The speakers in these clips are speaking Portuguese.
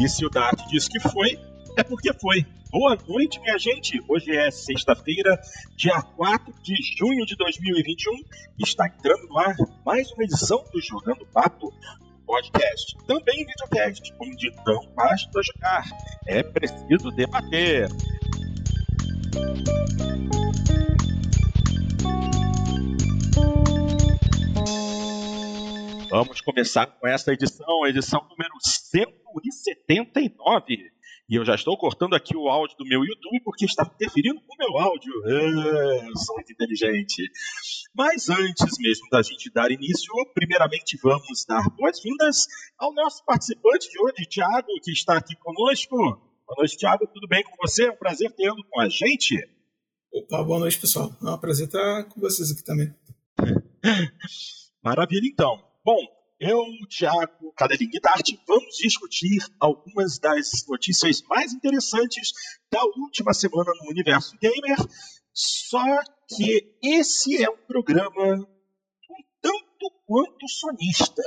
E se o Dart disse que foi, é porque foi. Boa noite, minha gente. Hoje é sexta-feira, dia 4 de junho de 2021. Está entrando no ar mais uma edição do Jogando Papo, podcast, também videocast, onde não basta jogar, é preciso debater. Vamos começar com essa edição, a edição número 179. E eu já estou cortando aqui o áudio do meu YouTube porque está interferindo com o meu áudio. Sou muito inteligente. Mas antes mesmo da gente dar início, primeiramente vamos dar boas-vindas ao nosso participante de hoje, Thiago, que está aqui conosco. Boa noite, Thiago. Tudo bem com você? É um prazer tê-lo com a gente. Opa, boa noite, pessoal. É um prazer estar com vocês aqui também. Maravilha, então. Bom, eu, Thiago, Cadelinha e Dart, vamos discutir algumas das notícias mais interessantes da última semana no universo gamer, só que esse é um programa um tanto quanto sonista.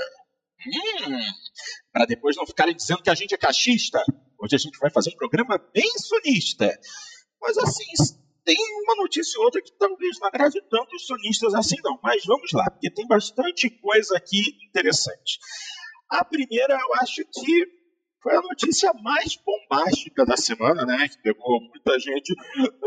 Para depois não ficarem dizendo que a gente é cachista, hoje a gente vai fazer um programa bem sonista. Mas assim, tem uma notícia ou outra que talvez não agrade tanto os sonistas assim não. Mas vamos lá, porque tem bastante coisa aqui interessante. A primeira, eu acho que foi a notícia mais bombástica da semana, né? Que pegou muita gente.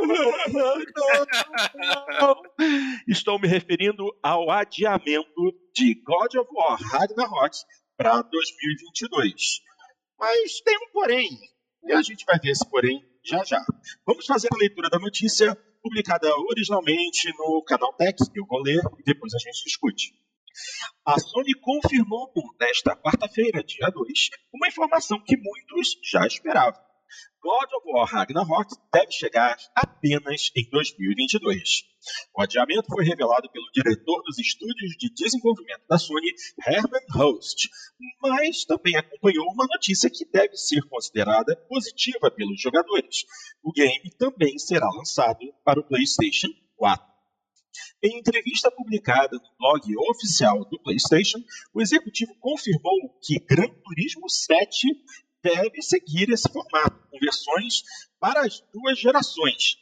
Não. Estou me referindo ao adiamento de God of War Ragnarok para 2022. Mas tem um porém, e a gente vai ver esse porém já já. Vamos fazer a leitura da notícia publicada originalmente no canal Tech, que eu vou ler e depois a gente discute. A Sony confirmou nesta quarta-feira, dia 2, uma informação que muitos já esperavam. God of War Ragnarok deve chegar apenas em 2022. O adiamento foi revelado pelo diretor dos estúdios de desenvolvimento da Sony, Herman Host, mas também acompanhou uma notícia que deve ser considerada positiva pelos jogadores. O game também será lançado para o PlayStation 4. Em entrevista publicada no blog oficial do PlayStation, o executivo confirmou que Gran Turismo 7 deve seguir esse formato, com versões para as duas gerações.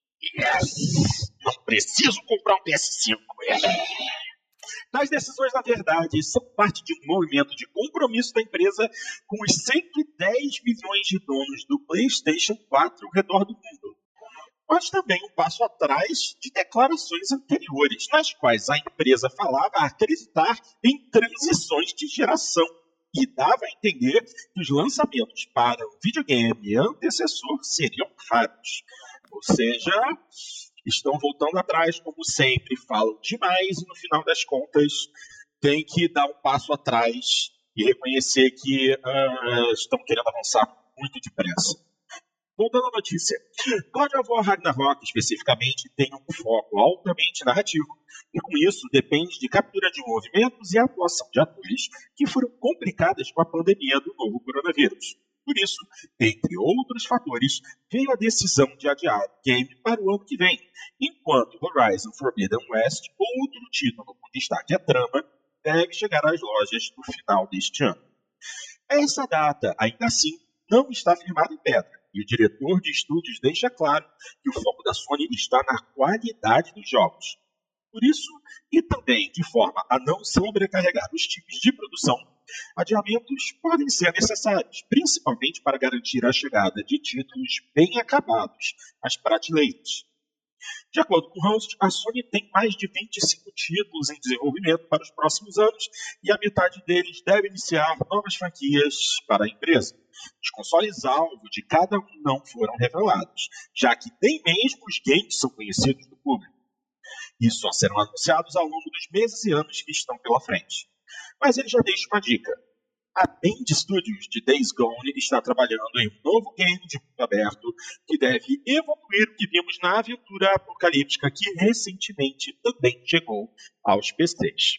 Yes! Não preciso comprar um PS5. Tais decisões, na verdade, são parte de um movimento de compromisso da empresa com os 110 milhões de donos do PlayStation 4 ao redor do mundo. Mas também um passo atrás de declarações anteriores, nas quais a empresa falava acreditar em transições de geração e dava a entender que os lançamentos para o videogame antecessor seriam raros. Ou seja, estão voltando atrás, como sempre, falam demais e no final das contas tem que dar um passo atrás e reconhecer que estão querendo avançar muito depressa. Voltando à notícia, God of War Ragnarok, especificamente, tem um foco altamente narrativo, e com isso depende de captura de movimentos e atuação de atores que foram complicadas com a pandemia do novo coronavírus. Por isso, entre outros fatores, veio a decisão de adiar o game para o ano que vem, enquanto Horizon Forbidden West, outro título com destaque à trama, deve chegar às lojas no final deste ano. Essa data, ainda assim, não está firmada em pedra. E o diretor de estúdios deixa claro que o foco da Sony está na qualidade dos jogos. Por isso, e também de forma a não sobrecarregar os times de produção, adiamentos podem ser necessários, principalmente para garantir a chegada de títulos bem acabados às prateleiras. De acordo com o Host, a Sony tem mais de 25 títulos em desenvolvimento para os próximos anos e a metade deles deve iniciar novas franquias para a empresa. Os consoles-alvo de cada um não foram revelados, já que nem mesmo os games são conhecidos do público. E só serão anunciados ao longo dos meses e anos que estão pela frente. Mas ele já deixa uma dica. A Band Studios de Days Gone está trabalhando em um novo game de mundo aberto que deve evoluir o que vimos na aventura apocalíptica que recentemente também chegou aos PCs.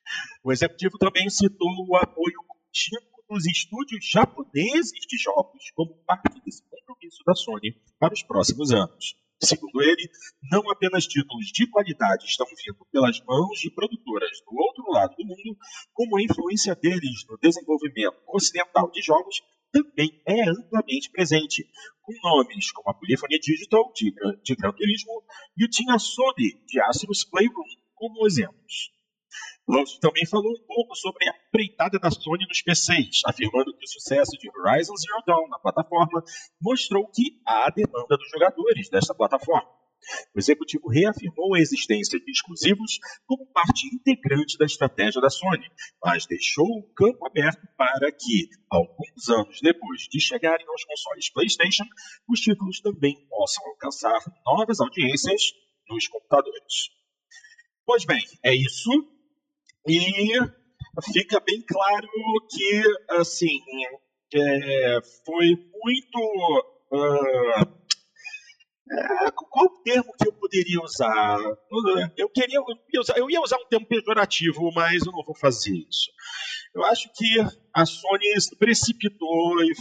O executivo também citou o apoio contínuo dos estúdios japoneses de jogos como parte desse compromisso da Sony para os próximos anos. Segundo ele, não apenas títulos de qualidade estão vindo pelas mãos de produtoras do outro lado do mundo, como a influência deles no desenvolvimento ocidental de jogos também é amplamente presente, com nomes como a Polyphony Digital, de Gran Turismo, e o Team Asobi, de Astrus Playroom, como exemplos. Lowe também falou um pouco sobre a empreitada da Sony nos PCs, afirmando que o sucesso de Horizon Zero Dawn na plataforma mostrou que há demanda dos jogadores desta plataforma. O executivo reafirmou a existência de exclusivos como parte integrante da estratégia da Sony, mas deixou o campo aberto para que, alguns anos depois de chegarem aos consoles PlayStation, os títulos também possam alcançar novas audiências nos computadores. Pois bem, é isso. E fica bem claro que, assim, foi muito... qual o termo que eu poderia usar? Eu ia usar um termo pejorativo, mas eu não vou fazer isso. Eu acho que a Sony se precipitou e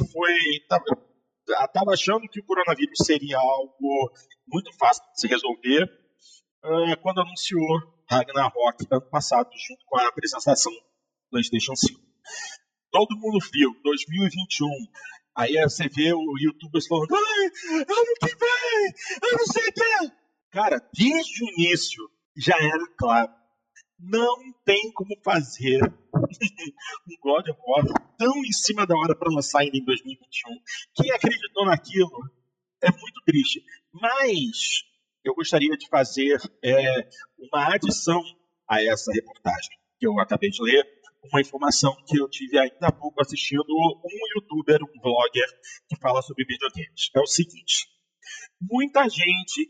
estava achando que o coronavírus seria algo muito fácil de se resolver quando anunciou Ragnarok ano passado, junto com a apresentação do PlayStation 5. Todo mundo viu, 2021. Aí você vê o YouTubers falando, ano que vem, eu não sei o quê. Cara, desde o início já era claro, não tem como fazer um God of War tão em cima da hora para lançar ainda em 2021. Quem acreditou naquilo é muito triste. Mas eu gostaria de fazer uma adição a essa reportagem que eu acabei de ler, uma informação que eu tive ainda há pouco assistindo um youtuber, um vlogger que fala sobre videogames. É o seguinte, muita gente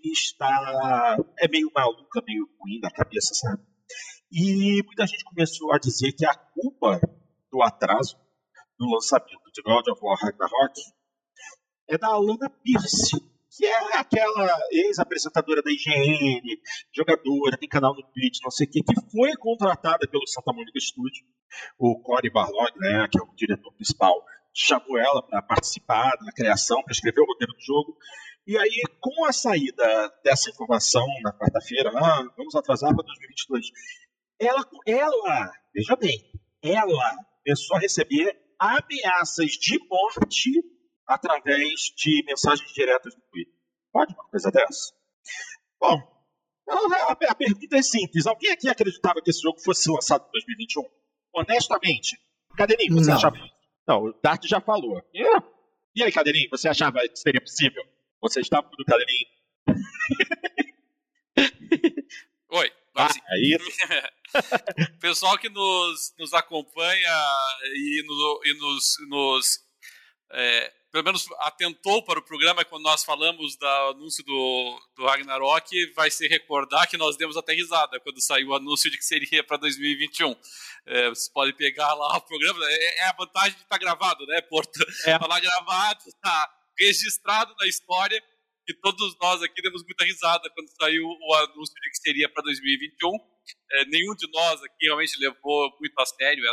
é meio maluca, meio ruim da cabeça, sabe? E muita gente começou a dizer que a culpa do atraso do lançamento de God of War Ragnarok é da Alanna Pearce, que é aquela ex-apresentadora da IGN, jogadora, tem canal no Twitch, não sei o que foi contratada pelo Santa Monica Studio. O Cory Barlog, né, que é o diretor principal, chamou ela para participar da criação, para escrever o roteiro do jogo. E aí, com a saída dessa informação na quarta-feira, vamos atrasar para 2022, veja bem, ela começou a receber ameaças de morte através de mensagens diretas no Twitter. Pode uma coisa dessa? Bom, a pergunta é simples. Alguém aqui acreditava que esse jogo fosse lançado em 2021? Honestamente. Cadeirinho, você achava? Não, o Dart já falou. E aí, Cadeirinho, você achava que seria possível? Você estava no Cadeirinho? Oi. Aí. Pessoal que nos acompanha e nos pelo menos atentou para o programa quando nós falamos do anúncio do Ragnarok, vai se recordar que nós demos até risada quando saiu o anúncio de que seria para 2021. Vocês podem pegar lá o programa, é a vantagem de estar gravado, né, Porto? Está lá gravado, está registrado na história, que todos nós aqui demos muita risada quando saiu o anúncio de que seria para 2021. Nenhum de nós aqui realmente levou muito a sério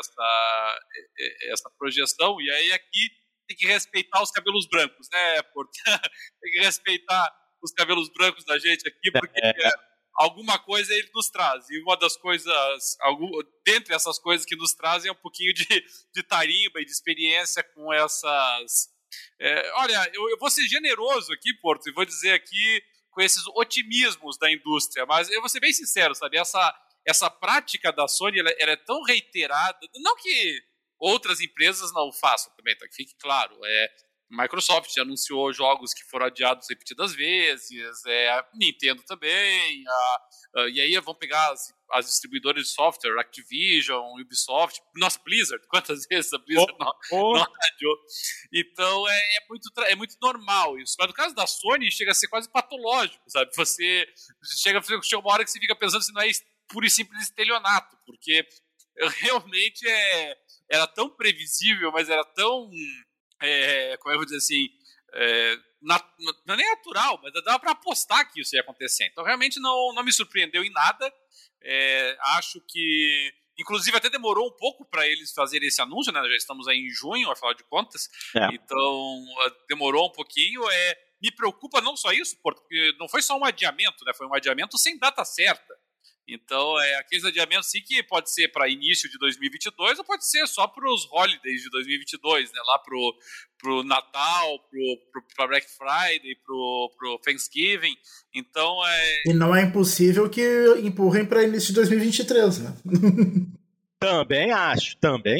essa projeção, e aí aqui tem que respeitar os cabelos brancos, né, Porto? Tem que respeitar os cabelos brancos da gente aqui, porque alguma coisa ele nos traz. E uma das coisas, dentre essas coisas que nos trazem, é um pouquinho de tarimba e de experiência com essas... olha, eu vou ser generoso aqui, Porto, e vou dizer aqui com esses otimismos da indústria, mas eu vou ser bem sincero, sabe? Essa prática da Sony, ela é tão reiterada, não que outras empresas não o façam também, tá? Que fique claro. Microsoft anunciou jogos que foram adiados repetidas vezes, Nintendo também, e aí vão pegar as distribuidoras de software, Activision, Ubisoft, nossa, Blizzard, quantas vezes a Blizzard não adiou? Então é muito normal isso. Mas no caso da Sony, chega a ser quase patológico, sabe? Você chega uma hora que você fica pensando se não é puro e simples estelionato, porque realmente era tão previsível, mas era tão, como eu vou dizer assim, não é nem natural, mas dava para apostar que isso ia acontecer. Então realmente não me surpreendeu em nada. Acho que, inclusive, até demorou um pouco para eles fazerem esse anúncio, né? Já estamos aí em junho, afinal de contas. Então demorou um pouquinho. Me preocupa não só isso, porque não foi só um adiamento, né? Foi um adiamento sem data certa. Então, aqueles adiamentos sim que pode ser para início de 2022 ou pode ser só para os holidays de 2022, né? Lá pro Natal, pro Black Friday, pro Thanksgiving. Então, E não é impossível que empurrem para início de 2023, né? Também acho.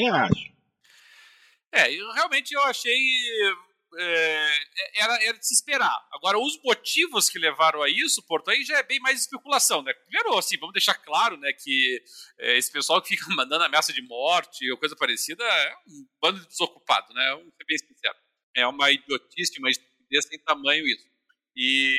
Realmente eu achei... era de se esperar. Agora, os motivos que levaram a isso, Porto, aí já é bem mais especulação, né? Primeiro, assim, vamos deixar claro, né, que esse pessoal que fica mandando ameaça de morte ou coisa parecida é um bando de desocupado, né? Vamos ser bem sincero. É uma idiotice, uma estupidez sem tamanho isso. E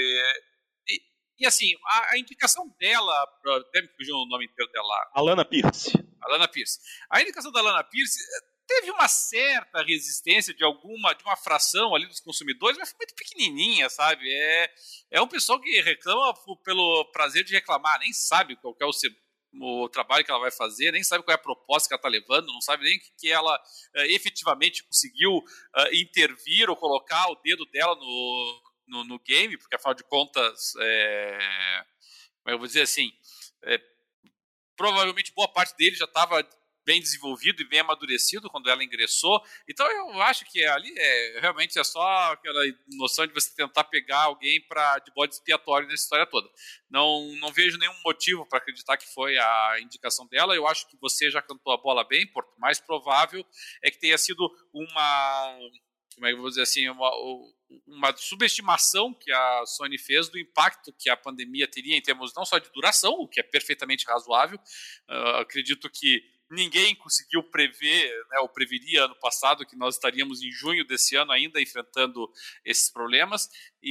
assim, a indicação dela, até me fugiu o nome inteiro dela. Alana Pierce. A indicação da Alana Pierce teve uma certa resistência de uma fração ali dos consumidores, mas foi muito pequenininha, sabe? É um pessoal que reclama pelo prazer de reclamar, nem sabe qual que é o trabalho que ela vai fazer, nem sabe qual é a proposta que ela está levando, não sabe nem que ela efetivamente conseguiu intervir ou colocar o dedo dela no game, porque afinal de contas, eu vou dizer assim, provavelmente boa parte dele já estava bem desenvolvido e bem amadurecido quando ela ingressou. Então eu acho que ali realmente é só aquela noção de você tentar pegar alguém de bode expiatório nessa história toda. Não vejo nenhum motivo para acreditar que foi a indicação dela. Eu acho que você já cantou a bola bem, Porto. O mais provável é que tenha sido como é que eu vou dizer assim, uma subestimação que a Sony fez do impacto que a pandemia teria em termos não só de duração, o que é perfeitamente razoável. Acredito que ninguém conseguiu prever, né, ou preveria ano passado que nós estaríamos em junho desse ano ainda enfrentando esses problemas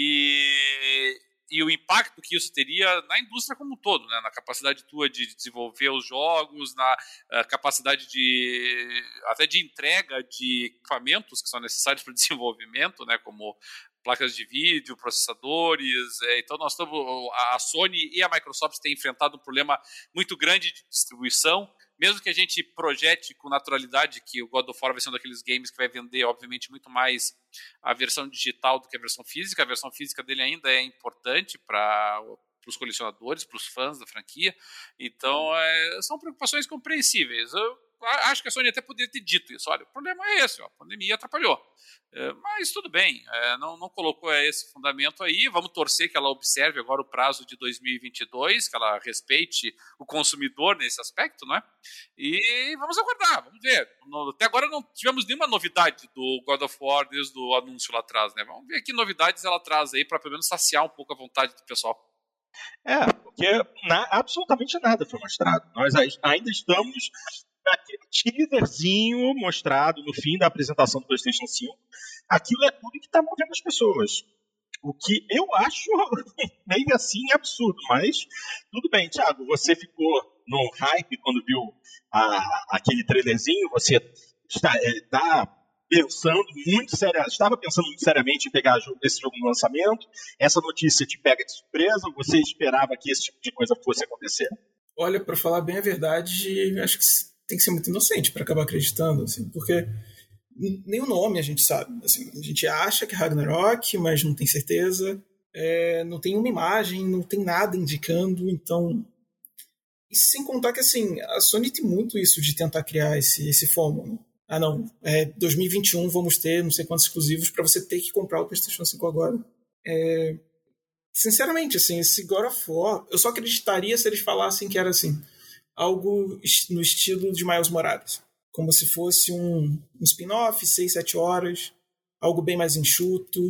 e o impacto que isso teria na indústria como um todo, né, na capacidade tua de desenvolver os jogos, na capacidade até de entrega de equipamentos que são necessários para o desenvolvimento, né, como placas de vídeo, processadores. Então a Sony e a Microsoft têm enfrentado um problema muito grande de distribuição. Mesmo que a gente projete com naturalidade que o God of War vai ser um daqueles games que vai vender, obviamente, muito mais a versão digital do que a versão física dele ainda é importante para os colecionadores, para os fãs da franquia. Então, são preocupações compreensíveis. Eu acho que a Sony até poderia ter dito isso. Olha, o problema é esse, a pandemia atrapalhou. Mas tudo bem, não colocou esse fundamento aí. Vamos torcer que ela observe agora o prazo de 2022, que ela respeite o consumidor nesse aspecto, não é? E vamos aguardar, vamos ver. Até agora não tivemos nenhuma novidade do God of War desde o anúncio lá atrás, né? Vamos ver que novidades ela traz aí para pelo menos saciar um pouco a vontade do pessoal. Porque absolutamente nada foi mostrado. Nós ainda estamos naquele teaserzinho mostrado no fim da apresentação do PlayStation 5. Aquilo é tudo que está movendo as pessoas. O que eu acho meio assim absurdo, mas tudo bem, Thiago, você ficou no hype quando viu aquele trailerzinho, você estava pensando muito seriamente em pegar esse jogo no lançamento, essa notícia te pega de surpresa, ou você esperava que esse tipo de coisa fosse acontecer? Olha, para falar bem a verdade, acho que tem que ser muito inocente para acabar acreditando, assim, porque nem o nome a gente sabe. Assim, a gente acha que é Ragnarok, mas não tem certeza. Não tem uma imagem, não tem nada indicando. Então, e sem contar que assim, a Sony tem muito isso de tentar criar esse FOMO. Né? 2021 vamos ter não sei quantos exclusivos para você ter que comprar o PlayStation 5 agora. Sinceramente, assim, esse God of War, eu só acreditaria se eles falassem que era assim, algo no estilo de Miles Morales. Como se fosse um spin-off, 6, 7 horas, algo bem mais enxuto.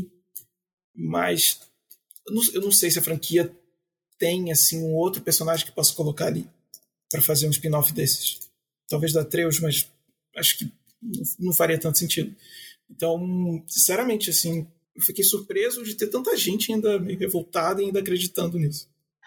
Mas eu não sei se a franquia tem assim, um outro personagem que possa colocar ali para fazer um spin-off desses. Talvez da Atreus, mas acho que não faria tanto sentido. Então, sinceramente, assim, eu fiquei surpreso de ter tanta gente ainda meio revoltada e ainda acreditando nisso.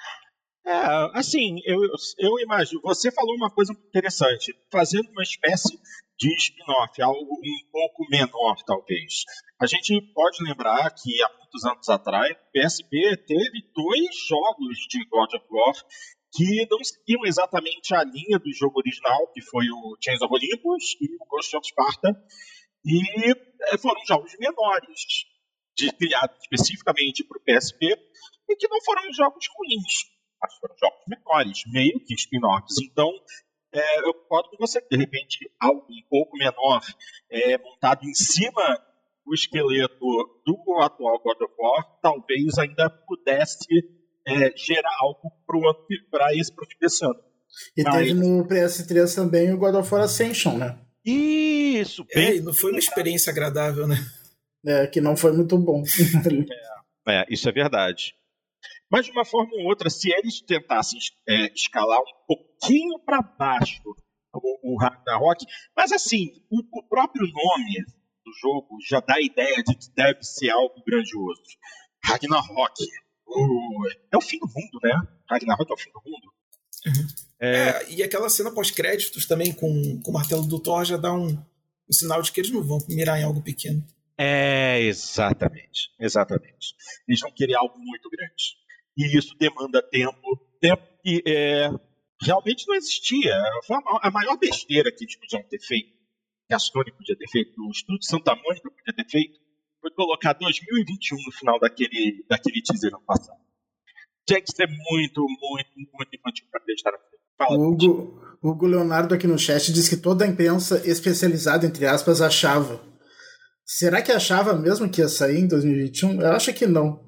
Assim, eu imagino, você falou uma coisa interessante, fazendo uma espécie de spin-off, algo um pouco menor, talvez. A gente pode lembrar que há muitos anos atrás, o PSP teve 2 jogos de God of War que não seguiam exatamente a linha do jogo original, que foi o Chains of Olympus e o Ghost of Sparta, e foram jogos menores, criados especificamente para o PSP, e que não foram jogos ruins. mas foram jogos menores, meio que spin-offs. Então, eu concordo com você, de repente, algo um pouco menor, montado em cima do esqueleto do atual God of War, talvez ainda pudesse gerar algo para esse desse ano. E teve no PS3 também o God of War Ascension, né? Isso, bem. Não foi uma experiência agradável, né? Que não foi muito bom. Isso é verdade. Mas de uma forma ou outra, se eles tentassem escalar um pouquinho para baixo o Ragnarok, mas assim, o próprio nome do jogo já dá a ideia de que deve ser algo grandioso. Ragnarok. É o fim do mundo, né? Ragnarok é o fim do mundo. E aquela cena pós-créditos também com o martelo do Thor já dá um sinal de que eles não vão mirar em algo pequeno. Exatamente. Eles vão querer algo muito grande. E isso demanda tempo que realmente não existia. Foi a maior besteira que eles podiam ter feito, que a Sony podia ter feito, o estúdio Santa Mônica podia ter feito, foi colocar 2021 no final daquele teaser ano passado. Tinha que ser muito, muito, muito infantil para acreditar na frente. O Hugo Leonardo aqui no chat diz que toda a imprensa especializada, entre aspas, achava. Será que achava mesmo que ia sair em 2021? Eu acho que não.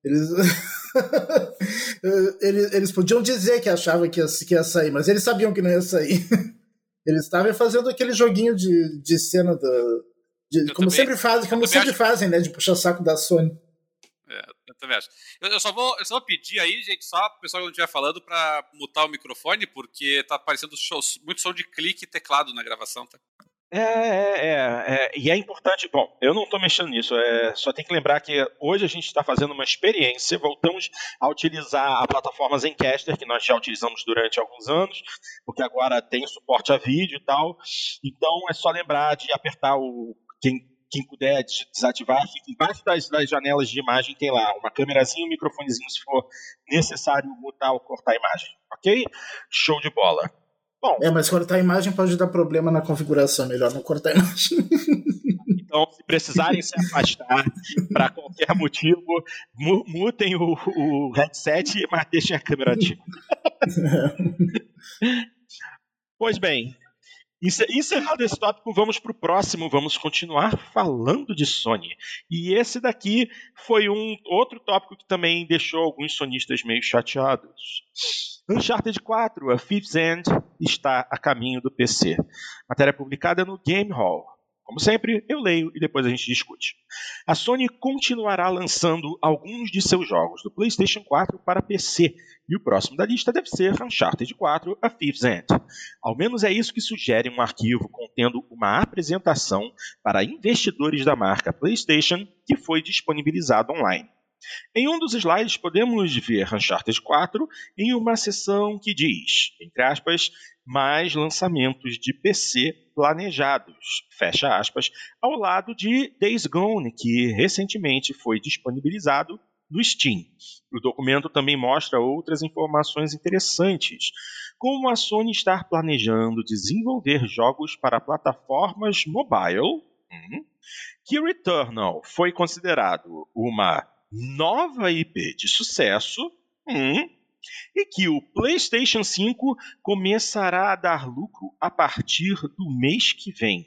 Eles podiam dizer que achavam que ia sair, mas eles sabiam que não ia sair. Eles estavam fazendo aquele joguinho de cena como sempre fazem, né? De puxar saco da Sony. Eu também acho. Eu só vou pedir aí, gente, só pro pessoal que não estiver falando, pra mutar o microfone, porque tá aparecendo muito som de clique e teclado na gravação, tá? E é importante. Bom, eu não estou mexendo nisso. Só tem que lembrar que hoje a gente está fazendo uma experiência. Voltamos a utilizar a plataforma Zencastr, que nós já utilizamos durante alguns anos, porque agora tem suporte a vídeo e tal. Então é só lembrar de apertar quem puder desativar, fica embaixo das janelas de imagem, tem lá uma câmerazinha, um microfonezinho, se for necessário mutar ou cortar a imagem. Ok? Show de bola. Bom, mas cortar a imagem pode dar problema na configuração, melhor não cortar a imagem. Então, se precisarem se afastar para qualquer motivo, mutem o headset, mas deixem a câmera ativa. Pois bem, encerrado esse tópico, vamos para o próximo. Vamos continuar falando de Sony. E esse daqui foi um outro tópico que também deixou alguns sonistas meio chateados. Uncharted 4, A Thief's End, está a caminho do PC. Matéria publicada no Game Hall. Como sempre, eu leio e depois a gente discute. A Sony continuará lançando alguns de seus jogos do PlayStation 4 para PC, e o próximo da lista deve ser Uncharted 4, A Thief's End. Ao menos é isso que sugere um arquivo contendo uma apresentação para investidores da marca PlayStation que foi disponibilizado online. Em um dos slides podemos ver Uncharted 4 em uma seção que diz, entre aspas, mais lançamentos de PC planejados, fecha aspas, ao lado de Days Gone, que recentemente foi disponibilizado no Steam. O documento também mostra outras informações interessantes, como a Sony estar planejando desenvolver jogos para plataformas mobile, que Returnal foi considerado uma nova IP de sucesso, e que o PlayStation 5 começará a dar lucro a partir do mês que vem.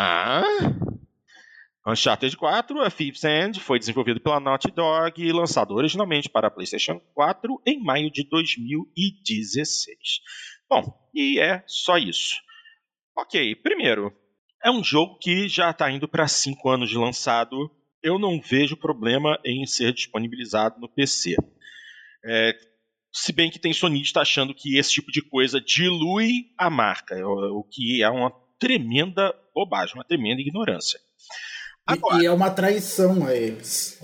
Uncharted 4, A Thief's End, foi desenvolvido pela Naughty Dog e lançado originalmente para a PlayStation 4 em maio de 2016. Bom, e é só isso. Ok, primeiro, é um jogo que já está indo para 5 anos de lançado. Eu não vejo problema em ser disponibilizado no PC. Se bem que tem sonista achando que esse tipo de coisa dilui a marca, o que é uma tremenda bobagem, uma tremenda ignorância. Agora, e é uma traição a eles.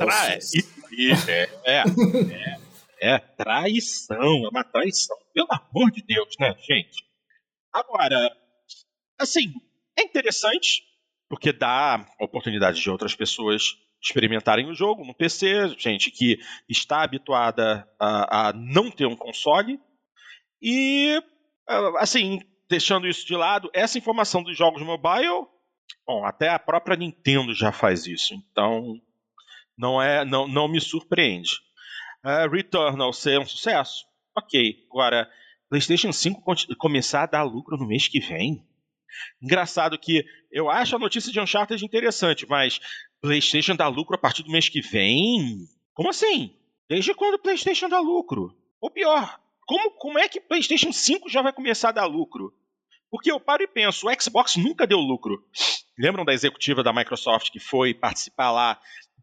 Traição, é uma traição. Pelo amor de Deus, né, gente? Agora, assim, é interessante, porque dá oportunidade de outras pessoas experimentarem o jogo no PC, gente que está habituada a não ter um console. E, assim, deixando isso de lado, essa informação dos jogos mobile, bom, até a própria Nintendo já faz isso, então não me surpreende. Returnal ser um sucesso? Ok, agora, PlayStation 5 começar a dar lucro no mês que vem? Engraçado que eu acho a notícia de Uncharted interessante, mas PlayStation dá lucro a partir do mês que vem? Como assim? Desde quando o PlayStation dá lucro? Ou pior, como é que PlayStation 5 já vai começar a dar lucro? Porque eu paro e penso, o Xbox nunca deu lucro. Lembram da executiva da Microsoft que foi participar lá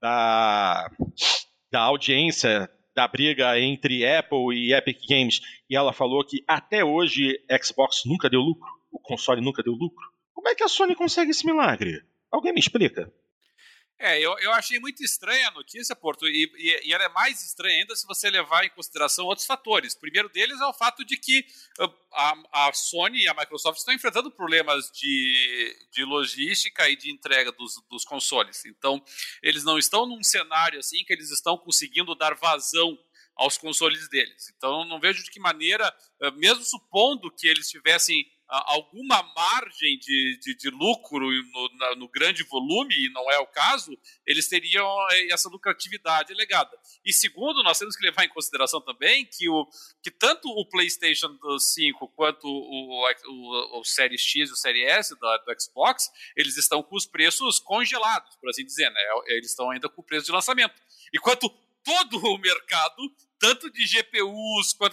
da audiência da briga entre Apple e Epic Games e ela falou que até hoje Xbox nunca deu lucro? O console nunca deu lucro? Como é que a Sony consegue esse milagre? Alguém me explica? Eu achei muito estranha a notícia, Porto, e ela é mais estranha ainda se você levar em consideração outros fatores. O primeiro deles é o fato de que a Sony e a Microsoft estão enfrentando problemas de logística e de entrega dos consoles. Então, eles não estão num cenário assim que eles estão conseguindo dar vazão aos consoles deles. Então, não vejo de que maneira, mesmo supondo que eles tivessem alguma margem de lucro no grande volume, e não é o caso, eles teriam essa lucratividade legada. E segundo, nós temos que levar em consideração também que tanto o PlayStation 5 quanto o Series X e o Series S do Xbox, eles estão com os preços congelados, por assim dizer, né? Eles estão ainda com o preço de lançamento. Enquanto todo o mercado, tanto de GPUs, quanto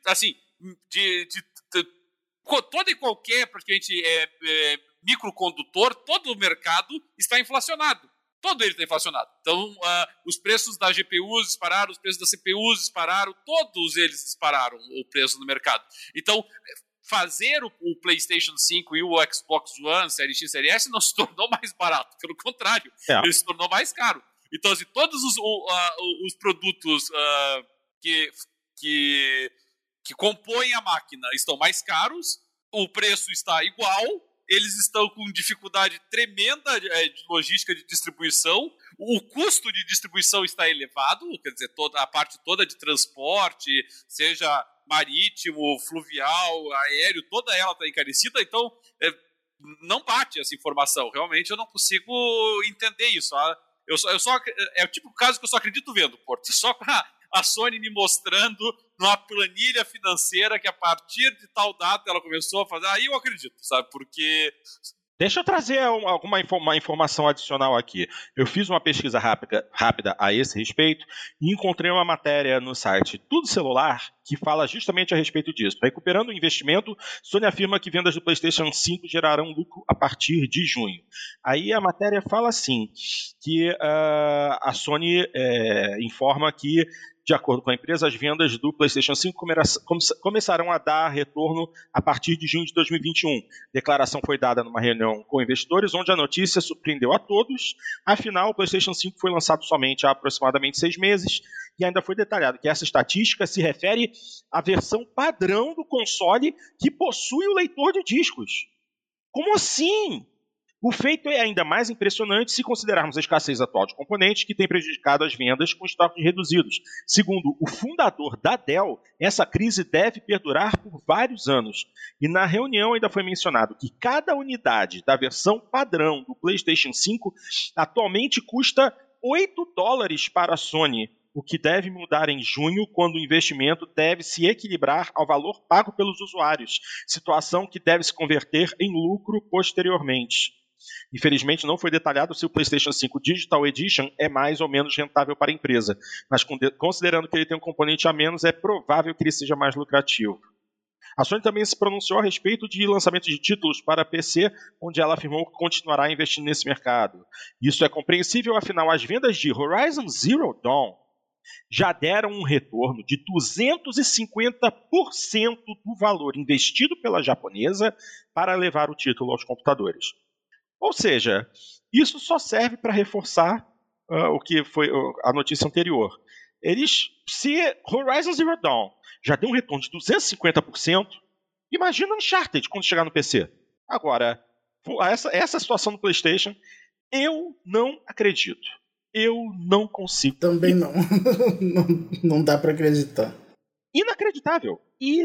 todo e qualquer, praticamente, microcondutor, todo o mercado está inflacionado. Todo ele está inflacionado. Então, os preços das GPUs dispararam, os preços das CPUs dispararam, todos eles dispararam o preço no mercado. Então, fazer o PlayStation 5 e o Xbox One, Series X, Series S, não se tornou mais barato. Pelo contrário, ele se tornou mais caro. Então, assim, todos os produtos que compõem a máquina estão mais caros, o preço está igual, eles estão com dificuldade tremenda de logística de distribuição, o custo de distribuição está elevado, quer dizer, toda a parte toda de transporte, seja marítimo, fluvial, aéreo, toda ela está encarecida, então não bate essa informação. Realmente eu não consigo entender isso. É o tipo de caso que eu só acredito vendo, Porto. Só a Sony me mostrando numa planilha financeira que a partir de tal data ela começou a fazer. Aí eu acredito, sabe? Porque... Deixa eu trazer uma informação adicional aqui. Eu fiz uma pesquisa rápida a esse respeito e encontrei uma matéria no site Tudo Celular que fala justamente a respeito disso. Recuperando o investimento, Sony afirma que vendas do PlayStation 5 gerarão lucro a partir de junho. Aí a matéria fala assim, que a Sony informa que, de acordo com a empresa, as vendas do PlayStation 5 começarão a dar retorno a partir de junho de 2021. A declaração foi dada numa reunião com investidores, onde a notícia surpreendeu a todos. Afinal, o PlayStation 5 foi lançado somente há aproximadamente 6 meses e ainda foi detalhado que essa estatística se refere à versão padrão do console que possui o leitor de discos. Como assim? O feito é ainda mais impressionante se considerarmos a escassez atual de componentes que tem prejudicado as vendas com estoques reduzidos. Segundo o fundador da Dell, essa crise deve perdurar por vários anos. E na reunião ainda foi mencionado que cada unidade da versão padrão do PlayStation 5 atualmente custa $8 para a Sony, o que deve mudar em junho, quando o investimento deve se equilibrar ao valor pago pelos usuários, situação que deve se converter em lucro posteriormente. Infelizmente, não foi detalhado se o PlayStation 5 Digital Edition é mais ou menos rentável para a empresa, mas considerando que ele tem um componente a menos, é provável que ele seja mais lucrativo. A Sony também se pronunciou a respeito de lançamento de títulos para PC, onde ela afirmou que continuará investindo nesse mercado. Isso é compreensível, afinal, as vendas de Horizon Zero Dawn já deram um retorno de 250% do valor investido pela japonesa para levar o título aos computadores. Ou seja, isso só serve para reforçar o que foi a notícia anterior. Se Horizon Zero Dawn já deu um retorno de 250%, imagina Uncharted quando chegar no PC. Agora, essa situação do PlayStation, eu não acredito. Eu não consigo. Também não. Não dá para acreditar. Inacreditável.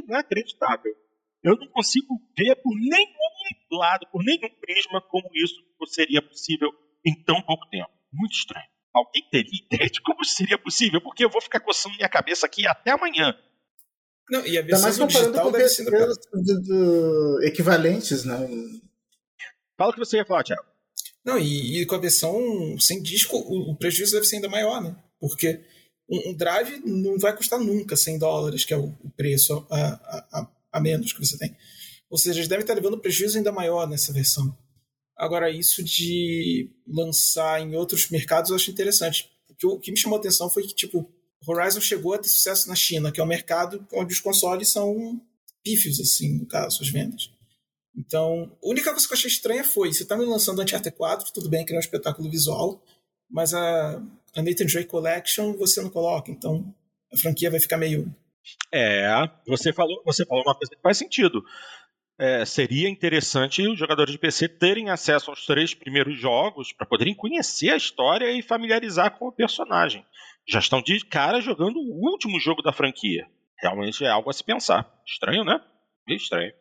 Eu não consigo ver por nenhum lado, por nenhum prisma, como isso seria possível em tão pouco tempo. Muito estranho. Alguém teria ideia de como seria possível? Porque eu vou ficar coçando minha cabeça aqui até amanhã. Não, e a versão digital deve ser equivalentes, né? Fala o que você ia falar, Thiago. Não, e com a versão sem disco, o prejuízo deve ser ainda maior, né? Porque um drive não vai custar nunca $100, que é o preço a menos que você tem. Ou seja, eles devem estar levando um prejuízo ainda maior nessa versão. Agora, isso de lançar em outros mercados eu acho interessante. O que me chamou a atenção foi que, tipo, Horizon chegou a ter sucesso na China, que é um mercado onde os consoles são pífios, assim, no caso, as vendas. Então, a única coisa que eu achei estranha foi, você tá me lançando Uncharted 4, tudo bem que é um espetáculo visual, mas a Nathan Drake Collection você não coloca, então a franquia vai ficar meio... Você falou uma coisa que faz sentido. Seria interessante os jogadores de PC terem acesso aos 3 primeiros jogos para poderem conhecer a história e familiarizar com o personagem. Já estão de cara jogando o último jogo da franquia. Realmente é algo a se pensar. Estranho, né? Meio estranho.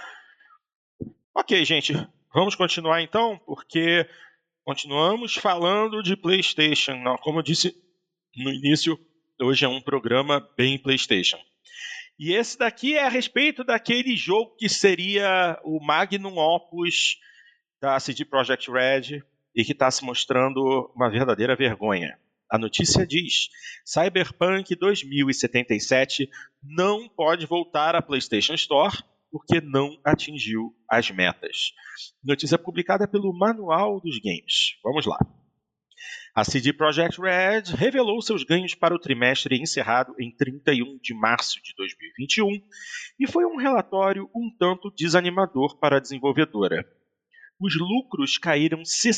Ok, gente. Vamos continuar então, porque continuamos falando de PlayStation. Não, como eu disse no início, hoje é um programa bem PlayStation. E esse daqui é a respeito daquele jogo que seria o Magnum Opus da CD Projekt Red e que está se mostrando uma verdadeira vergonha. A notícia diz: Cyberpunk 2077 não pode voltar à PlayStation Store porque não atingiu as metas. Notícia publicada pelo Manual dos Games. Vamos lá. A CD Projekt Red revelou seus ganhos para o trimestre encerrado em 31 de março de 2021 e foi um relatório um tanto desanimador para a desenvolvedora. Os lucros caíram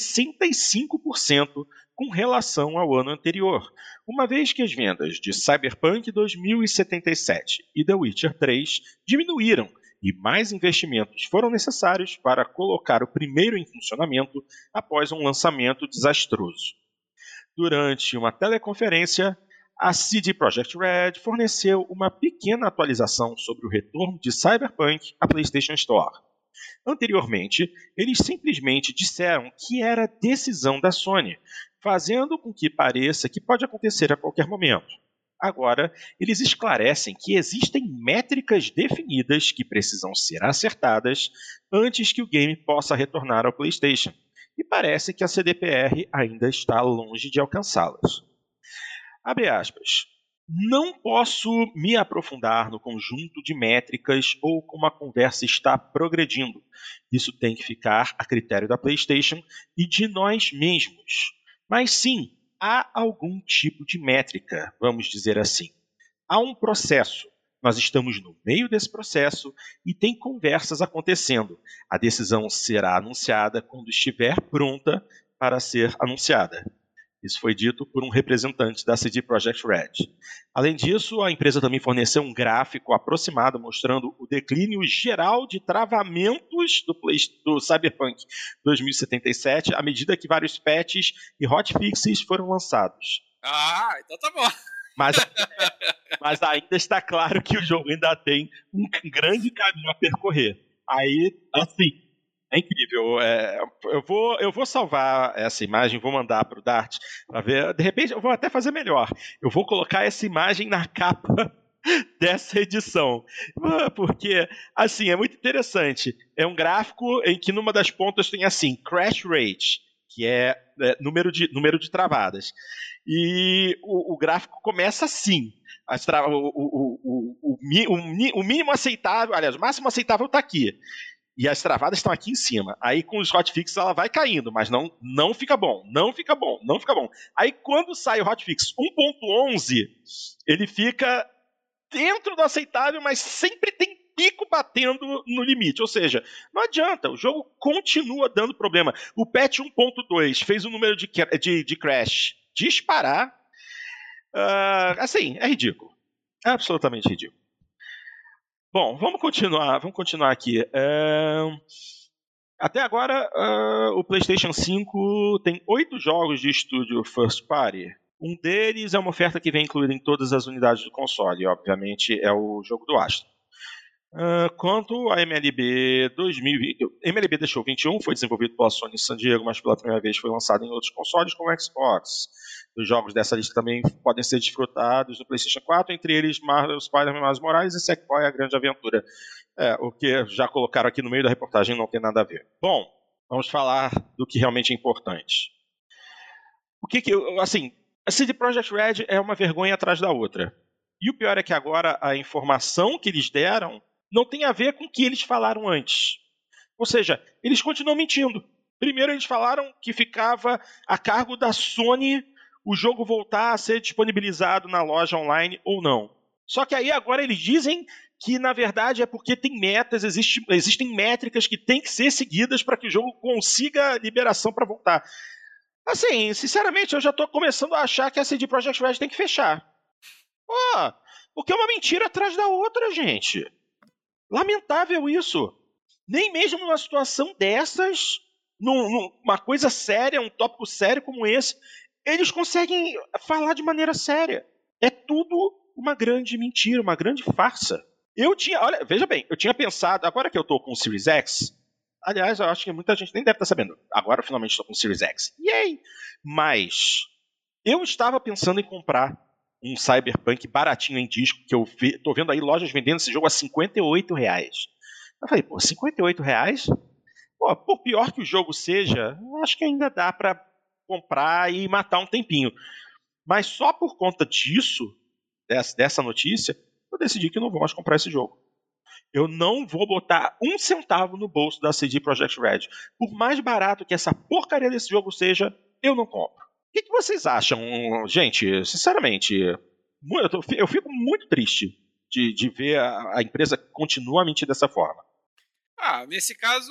65% com relação ao ano anterior, uma vez que as vendas de Cyberpunk 2077 e The Witcher 3 diminuíram e mais investimentos foram necessários para colocar o primeiro em funcionamento após um lançamento desastroso. Durante uma teleconferência, a CD Projekt Red forneceu uma pequena atualização sobre o retorno de Cyberpunk à PlayStation Store. Anteriormente, eles simplesmente disseram que era decisão da Sony, fazendo com que pareça que pode acontecer a qualquer momento. Agora, eles esclarecem que existem métricas definidas que precisam ser acertadas antes que o game possa retornar ao PlayStation, e parece que a CDPR ainda está longe de alcançá-las. Abre aspas. Não posso me aprofundar no conjunto de métricas ou como a conversa está progredindo. Isso tem que ficar a critério da PlayStation e de nós mesmos. Mas sim, há algum tipo de métrica, vamos dizer assim. Há um processo. Nós estamos no meio desse processo e tem conversas acontecendo. A decisão será anunciada quando estiver pronta para ser anunciada. Isso foi dito por um representante da CD Projekt Red. Além disso, a empresa também forneceu um gráfico aproximado mostrando o declínio geral de travamentos do Cyberpunk 2077 à medida que vários patches e hotfixes foram lançados. Então tá bom. Mas ainda está claro que o jogo ainda tem um grande caminho a percorrer. Aí, assim, é incrível. Eu vou salvar essa imagem, vou mandar para o Dart para ver. De repente, eu vou até fazer melhor. Eu vou colocar essa imagem na capa dessa edição. Porque, assim, é muito interessante. É um gráfico em que numa das pontas tem assim, crash rate, que é número de travadas. E o gráfico começa assim. O mínimo aceitável, aliás, o máximo aceitável está aqui. E as travadas estão aqui em cima. Aí com os hotfixes ela vai caindo, mas não fica bom, não fica bom. Aí quando sai o hotfix 1.11, ele fica dentro do aceitável, mas sempre tem pico batendo no limite. Ou seja, não adianta, o jogo continua dando problema. O patch 1.2 fez o número de crash disparar. Assim, é ridículo. É absolutamente ridículo. Bom, vamos continuar aqui. Até agora, o PlayStation 5 tem 8 jogos de estúdio first party. Um deles é uma oferta que vem incluída em todas as unidades do console, e obviamente é o jogo do Astro. Quanto a MLB 2020, MLB The Show 21 foi desenvolvido pela Sony San Diego, mas pela primeira vez foi lançado em outros consoles como o Xbox. Os jogos dessa lista também podem ser desfrutados no PlayStation 4, entre eles Marvel Spider-Man Miles Morales e Sackboy: A Grande Aventura. O que já colocaram aqui no meio da reportagem não tem nada a ver. Bom, vamos falar do que realmente é importante. A CD Projekt Red é uma vergonha atrás da outra. E o pior é que agora a informação que eles deram não tem a ver com o que eles falaram antes. Ou seja, eles continuam mentindo. Primeiro eles falaram que ficava a cargo da Sony o jogo voltar a ser disponibilizado na loja online ou não. Só que aí agora eles dizem que, na verdade, é porque tem metas, existem métricas que têm que ser seguidas para que o jogo consiga liberação para voltar. Assim, sinceramente, eu já estou começando a achar que a CD Projekt Red tem que fechar. Porque é uma mentira atrás da outra, gente. Lamentável isso. Nem mesmo numa situação dessas, numa coisa séria, um tópico sério como esse, eles conseguem falar de maneira séria. É tudo uma grande mentira, uma grande farsa. Veja bem, eu tinha pensado, agora que eu estou com o Series X, aliás, eu acho que muita gente nem deve estar sabendo, agora eu finalmente estou com o Series X. Yay! Mas eu estava pensando em comprar um Cyberpunk baratinho em disco, que eu estou vendo aí lojas vendendo esse jogo a R$58. Eu falei, R$58? Por pior que o jogo seja, acho que ainda dá para comprar e matar um tempinho. Mas só por conta disso, dessa notícia, eu decidi que não vou mais comprar esse jogo. Eu não vou botar um centavo no bolso da CD Projekt Red. Por mais barato que essa porcaria desse jogo seja, eu não compro. O que vocês acham? Gente, sinceramente, eu fico muito triste de ver a empresa continuar a mentir dessa forma. Nesse caso,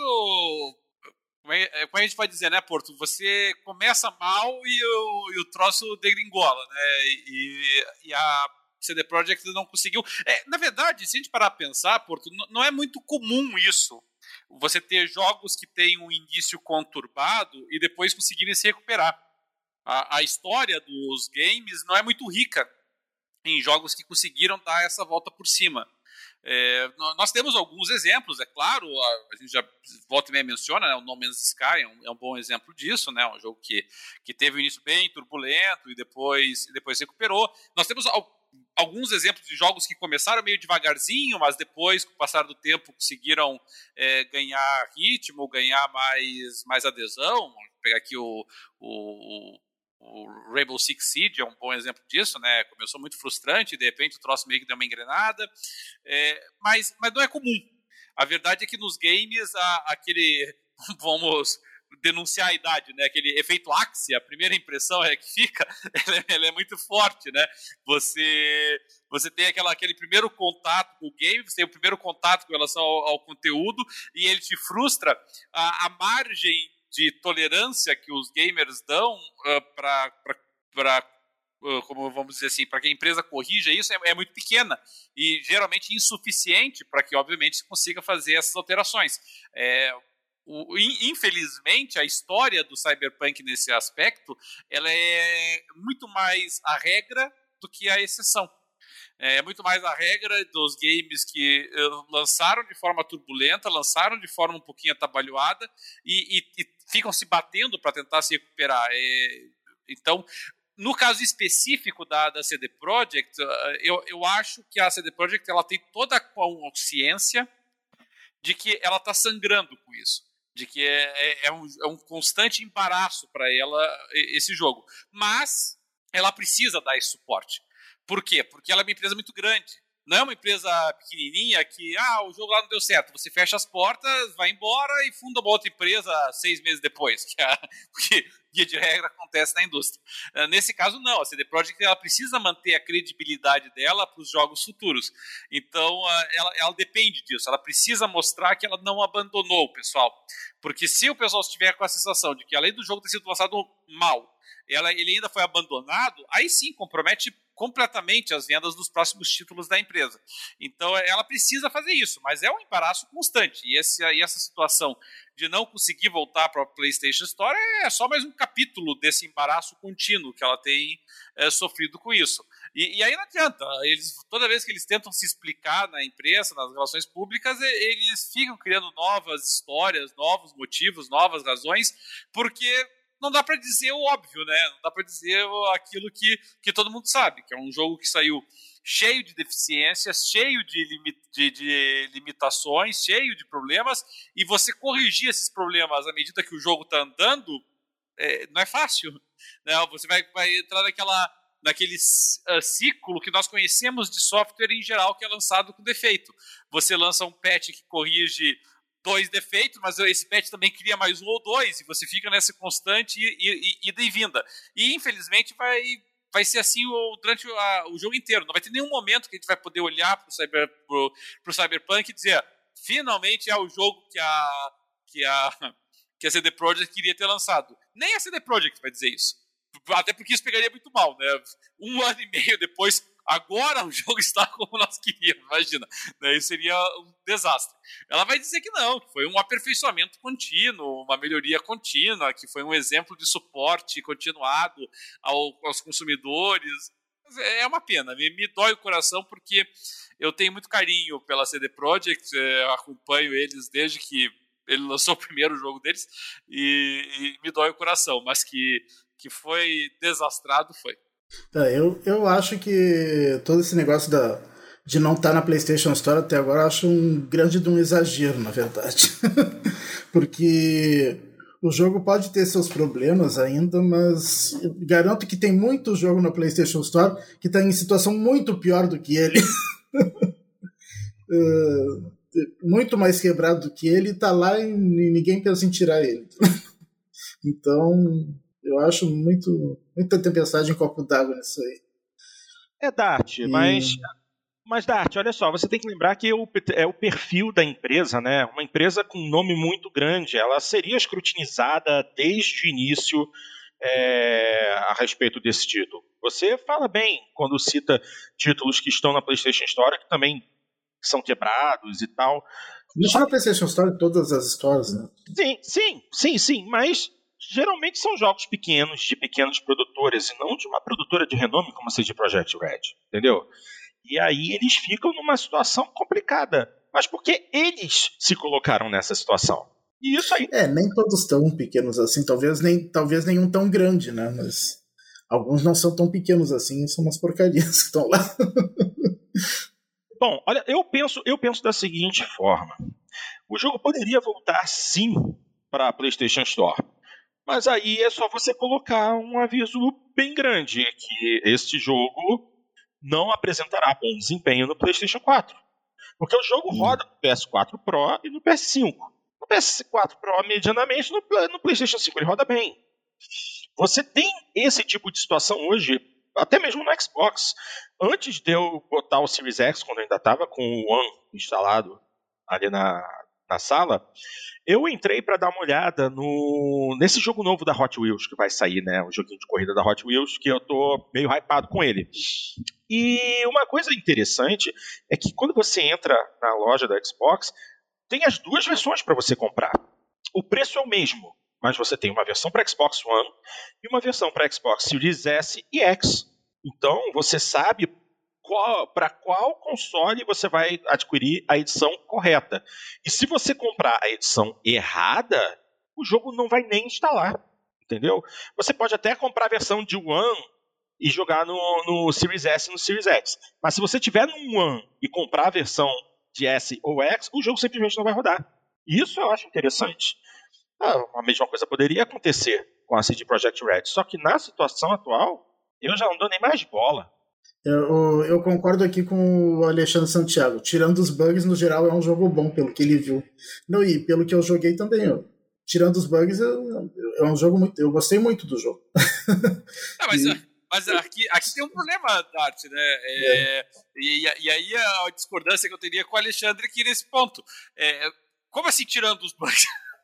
como a gente pode dizer, né, Porto? Você começa mal e o troço degringola, né? E a CD Projekt não conseguiu. Na verdade, se a gente parar a pensar, Porto, não é muito comum isso. Você ter jogos que têm um início conturbado e depois conseguirem se recuperar. A história dos games não é muito rica em jogos que conseguiram dar essa volta por cima. Nós temos alguns exemplos, é claro, a gente já volta e meia menciona, né, o No Man's Sky é um bom exemplo disso, né, um jogo que teve um início bem turbulento e depois recuperou. Nós temos alguns exemplos de jogos que começaram meio devagarzinho, mas depois, com o passar do tempo, conseguiram ganhar ritmo, ganhar mais adesão. Vou pegar aqui o Rainbow Six Siege é um bom exemplo disso, né? Começou muito frustrante e de repente o troço meio que deu uma engrenada, mas não é comum. A verdade é que nos games vamos denunciar a idade, né? Aquele efeito Axie, a primeira impressão que fica, ela é muito forte, né? Você tem aquele primeiro contato com o game, você tem o primeiro contato com relação ao conteúdo e ele te frustra. A margem de tolerância que os gamers dão para como vamos dizer assim, para que a empresa corrija isso é muito pequena e geralmente insuficiente para que, obviamente, se consiga fazer essas alterações. Infelizmente, a história do Cyberpunk nesse aspecto ela é muito mais a regra do que a exceção. É muito mais a regra dos games que lançaram de forma turbulenta, lançaram de forma um pouquinho atabalhoada e ficam se batendo para tentar se recuperar. Então, no caso específico da CD Projekt, eu acho que a CD Projekt ela tem toda a consciência de que ela está sangrando com isso, de que é um constante embaraço para ela esse jogo. Mas ela precisa dar esse suporte. Por quê? Porque ela é uma empresa muito grande. Não é uma empresa pequenininha que, o jogo lá não deu certo. Você fecha as portas, vai embora e funda uma outra empresa 6 meses depois. Porque, via de regra, acontece na indústria. Nesse caso, não. A CD Projekt ela precisa manter a credibilidade dela para os jogos futuros. Então, ela depende disso. Ela precisa mostrar que ela não abandonou o pessoal. Porque se o pessoal estiver com a sensação de que, além do jogo ter sido lançado mal, ele ainda foi abandonado, aí sim compromete completamente as vendas dos próximos títulos da empresa. Então ela precisa fazer isso, mas é um embaraço constante. E essa situação de não conseguir voltar para a PlayStation Store é só mais um capítulo desse embaraço contínuo que ela tem sofrido com isso. E aí não adianta, toda vez que eles tentam se explicar na imprensa, nas relações públicas, eles ficam criando novas histórias, novos motivos, novas razões, porque não dá para dizer o óbvio, né? Não dá para dizer aquilo que todo mundo sabe, que é um jogo que saiu cheio de deficiências, cheio de limitações, cheio de problemas, e você corrigir esses problemas à medida que o jogo está andando, não é fácil. Né? Você vai entrar naquele ciclo que nós conhecemos de software em geral, que é lançado com defeito. Você lança um patch que corrige 2 defeitos, mas esse patch também cria mais 1 ou 2, e você fica nessa constante ida e vinda. E, infelizmente, vai ser assim durante o jogo inteiro. Não vai ter nenhum momento que a gente vai poder olhar para o Cyberpunk e dizer, finalmente é o jogo que a CD Projekt queria ter lançado. Nem a CD Projekt vai dizer isso. Até porque isso pegaria muito mal, né? 1 ano e meio depois, agora o jogo está como nós queríamos, imagina. Né? Isso seria um desastre. Ela vai dizer que não, que foi um aperfeiçoamento contínuo, uma melhoria contínua, que foi um exemplo de suporte continuado aos consumidores. É uma pena, me dói o coração, porque eu tenho muito carinho pela CD Projekt, acompanho eles desde que ele lançou o primeiro jogo deles, e me dói o coração, mas que foi desastrado, foi. Eu acho que todo esse negócio de não estar na PlayStation Store até agora, eu acho um grande de um exagero, na verdade. Porque o jogo pode ter seus problemas ainda, mas eu garanto que tem muito jogo na PlayStation Store que está em situação muito pior do que ele. Muito mais quebrado do que ele, está lá e ninguém pensa em tirar ele. Então, eu acho muita tempestade em copo d'água nisso aí. Dart, mas Dart, olha só, você tem que lembrar que é o perfil da empresa, né? Uma empresa com um nome muito grande, ela seria escrutinizada desde o início a respeito desse título. Você fala bem quando cita títulos que estão na PlayStation Store, que também são quebrados e tal. Não só na PlayStation Store, todas as histórias, né? Sim, mas geralmente são jogos pequenos, de pequenos produtores, e não de uma produtora de renome como a CD Projekt Red, entendeu? E aí eles ficam numa situação complicada, mas porque eles se colocaram nessa situação. E isso aí... nem todos tão pequenos assim, talvez nenhum tão grande, né? Mas alguns não são tão pequenos assim, são umas porcarias que estão lá. Bom, olha, eu penso da seguinte forma. O jogo poderia voltar sim para a PlayStation Store. Mas aí é só você colocar um aviso bem grande que este jogo não apresentará bom desempenho no PlayStation 4. Porque o jogo roda no PS4 Pro e no PS5. No PS4 Pro, medianamente, no PlayStation 5 ele roda bem. Você tem esse tipo de situação hoje, até mesmo no Xbox. Antes de eu botar o Series X, quando eu ainda estava com o One instalado ali na sala, eu entrei para dar uma olhada nesse jogo novo da Hot Wheels que vai sair, né? O joguinho de corrida da Hot Wheels, que eu tô meio hypado com ele. E uma coisa interessante é que quando você entra na loja da Xbox, tem as 2 versões para você comprar. O preço é o mesmo, mas você tem uma versão para Xbox One e uma versão para Xbox Series S e X. Então você sabe para qual console você vai adquirir a edição correta. E se você comprar a edição errada, o jogo não vai nem instalar, entendeu? Você pode até comprar a versão de One e jogar no Series S e no Series X. Mas se você tiver no One e comprar a versão de S ou X, o jogo simplesmente não vai rodar. E isso eu acho interessante. A mesma coisa poderia acontecer com a CD Projekt Red, só que na situação atual, eu já não dou nem mais bola. Eu concordo aqui com o Alexandre Santiago. Tirando os bugs, no geral, é um jogo bom, pelo que ele viu. Não, e pelo que eu joguei também. Tirando os bugs, é um jogo muito... Eu gostei muito do jogo. Mas aqui tem um problema, Dart, né? E aí a discordância que eu teria com o Alexandre aqui nesse ponto. Como assim tirando os bugs?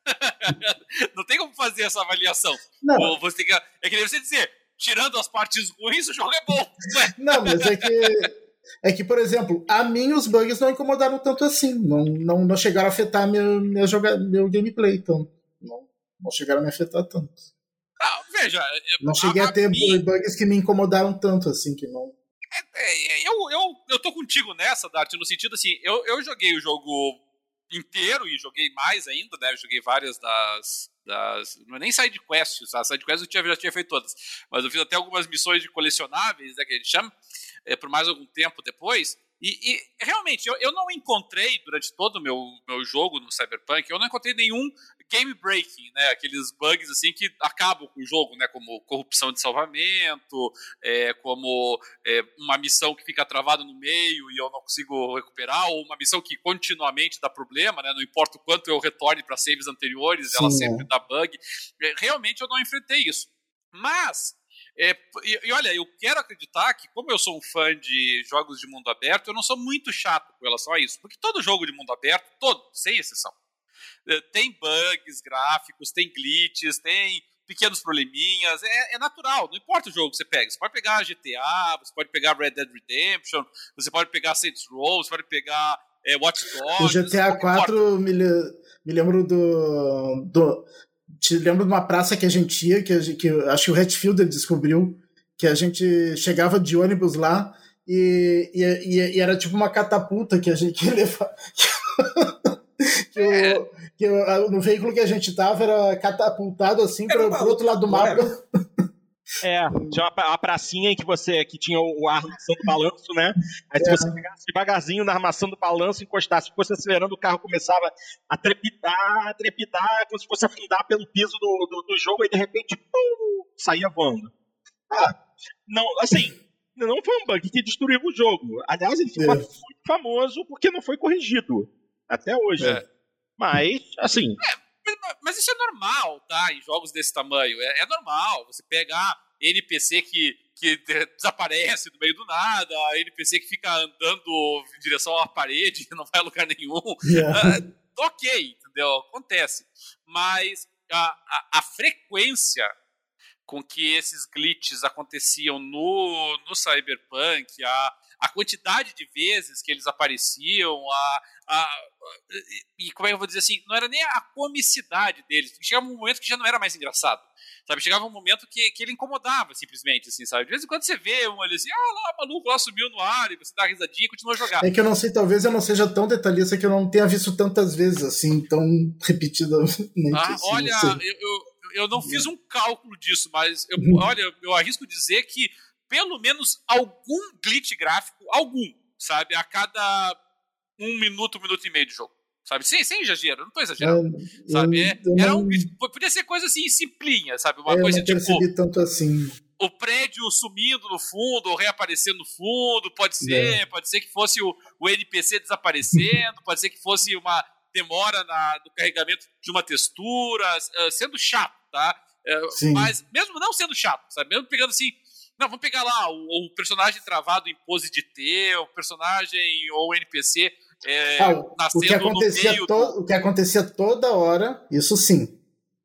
Não tem como fazer essa avaliação. Não. É que nem você dizer... Tirando as partes ruins, o jogo é bom. Não, mas é que, por exemplo, a mim os bugs não incomodaram tanto assim. Não chegaram a afetar meu gameplay. Então, não chegaram a me afetar tanto. Veja... Não cheguei a ter bugs que me incomodaram tanto assim, que não... Eu tô contigo nessa, Dart, no sentido assim, eu joguei o jogo inteiro e joguei mais ainda, né? Eu joguei várias não é nem side quests, a side quests eu já tinha feito todas, mas eu fiz até algumas missões de colecionáveis, né, que a gente chama, por mais algum tempo depois. E realmente, eu não encontrei, durante todo o meu jogo no Cyberpunk, eu não encontrei nenhum game breaking, né? Aqueles bugs assim que acabam com o jogo, né? Como corrupção de salvamento, como uma missão que fica travada no meio e eu não consigo recuperar, ou uma missão que continuamente dá problema, né? Não importa o quanto eu retorne para saves anteriores, ela sempre dá bug. Realmente eu não enfrentei isso. Mas... E olha, eu quero acreditar que, como eu sou um fã de jogos de mundo aberto, eu não sou muito chato com relação a isso, porque todo jogo de mundo aberto, sem exceção, tem bugs gráficos, tem glitches, tem pequenos probleminhas, é natural, não importa o jogo que você pega. Você pode pegar GTA, você pode pegar Red Dead Redemption, você pode pegar Saints Row, você pode pegar Watch Dogs. O GTA 4 me lembro Te lembro de uma praça que a gente ia, que acho que o Hatfield descobriu, que a gente chegava de ônibus lá e era tipo uma catapulta que a gente levava. No veículo que a gente tava era catapultado assim para o outro lado do mapa. Tinha uma pracinha em que tinha a armação do balanço, né? Aí se você pegasse devagarzinho na armação do balanço, encostasse, fosse acelerando, o carro começava a trepidar, como se fosse afundar pelo piso do jogo, e de repente, saía voando. Não, assim, não foi um bug que destruiu o jogo. Aliás, ele ficou muito famoso porque não foi corrigido até hoje. Mas, assim... Mas isso é normal, tá? Em jogos desse tamanho. É normal. Você pegar NPC que desaparece no meio do nada, NPC que fica andando em direção à parede e não vai a lugar nenhum. Ok, entendeu? Acontece. Mas a frequência com que esses glitches aconteciam no Cyberpunk, a quantidade de vezes que eles apareciam, e como é que eu vou dizer assim, não era nem a comicidade deles, chegava um momento que já não era mais engraçado, sabe? Chegava um momento que ele incomodava simplesmente, assim, sabe? De vez em quando você vê um ali assim, lá, o maluco lá subiu no ar, e você dá uma risadinha e continua a jogar. É que eu não sei, talvez eu não seja tão detalhista que eu não tenha visto tantas vezes, assim, tão repetidamente. Olha, eu não fiz um cálculo disso, mas eu arrisco dizer que pelo menos algum glitch gráfico, sabe? A cada 1 minuto, 1 minuto e meio de jogo, sabe? Sem exagero, eu não tô exagerando, sabe? Era um glitch, podia ser coisa assim, simplinha, sabe? Uma coisa eu não percebi tanto assim. O prédio sumindo no fundo, ou reaparecendo no fundo, pode ser que fosse o NPC desaparecendo, pode ser que fosse uma demora no carregamento de uma textura, sendo chato, tá? Mas mesmo não sendo chato, sabe? Mesmo pegando assim, não, vamos pegar lá o personagem travado em pose de T, o personagem ou o NPC nascendo no meio... O que acontecia toda hora, isso sim.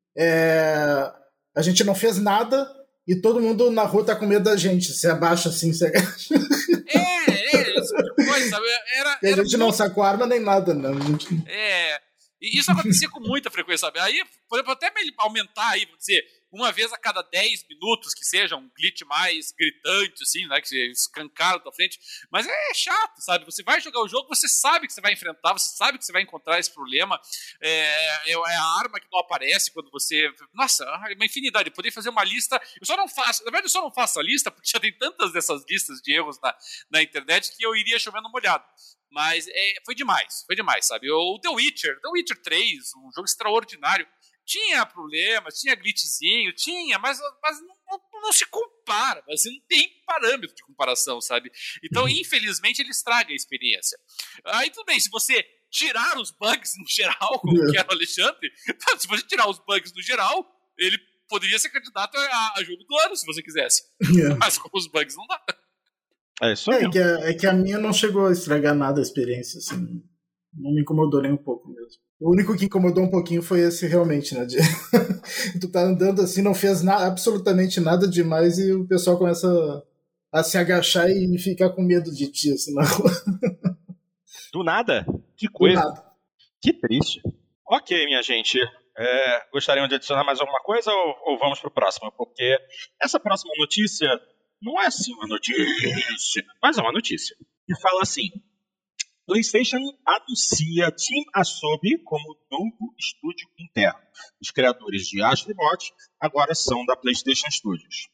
A gente não fez nada e todo mundo na rua tá com medo da gente. Você abaixa assim, você agacha. Esse tipo de coisa, sabe? E a gente não sacou arma nem nada, né? E isso acontecia com muita frequência, sabe? Aí, por exemplo, até aumentar aí, vamos dizer, uma vez a cada 10 minutos, que seja um glitch mais gritante, assim, né? Que você escancara da tua frente. Mas é chato, sabe? Você vai jogar o jogo, você sabe que você vai enfrentar, você sabe que você vai encontrar esse problema. É a arma que não aparece quando você... Nossa, uma infinidade. Eu poderia fazer uma lista... Eu só não faço... Na verdade, eu só não faço a lista, porque já tem tantas dessas listas de erros na internet que eu iria chovendo molhado. Mas foi demais, sabe? O The Witcher 3, um jogo extraordinário, tinha problemas, tinha glitchzinho, mas não se compara, assim, não tem parâmetro de comparação, sabe? Então, infelizmente, ele estraga a experiência. Aí, tudo bem, se você tirar os bugs no geral, como que era o Alexandre, se você tirar os bugs no geral, ele poderia ser candidato a jogo do ano, se você quisesse. Mas com os bugs não dá. É que a minha não chegou a estragar nada a experiência, assim. Não me incomodou nem um pouco mesmo. O único que incomodou um pouquinho foi esse realmente, né? Tu tá andando assim, não fez absolutamente nada demais e o pessoal começa a se agachar e ficar com medo de ti, assim, na rua. Do nada? Que coisa. Do nada. Que triste. Ok, minha gente. Gostariam de adicionar mais alguma coisa ou vamos pro próximo? Porque essa próxima notícia não é assim uma notícia, mas é uma notícia. E fala assim: PlayStation anuncia Team Asobi como novo estúdio interno. Os criadores de Astro Bot agora são da PlayStation Studios.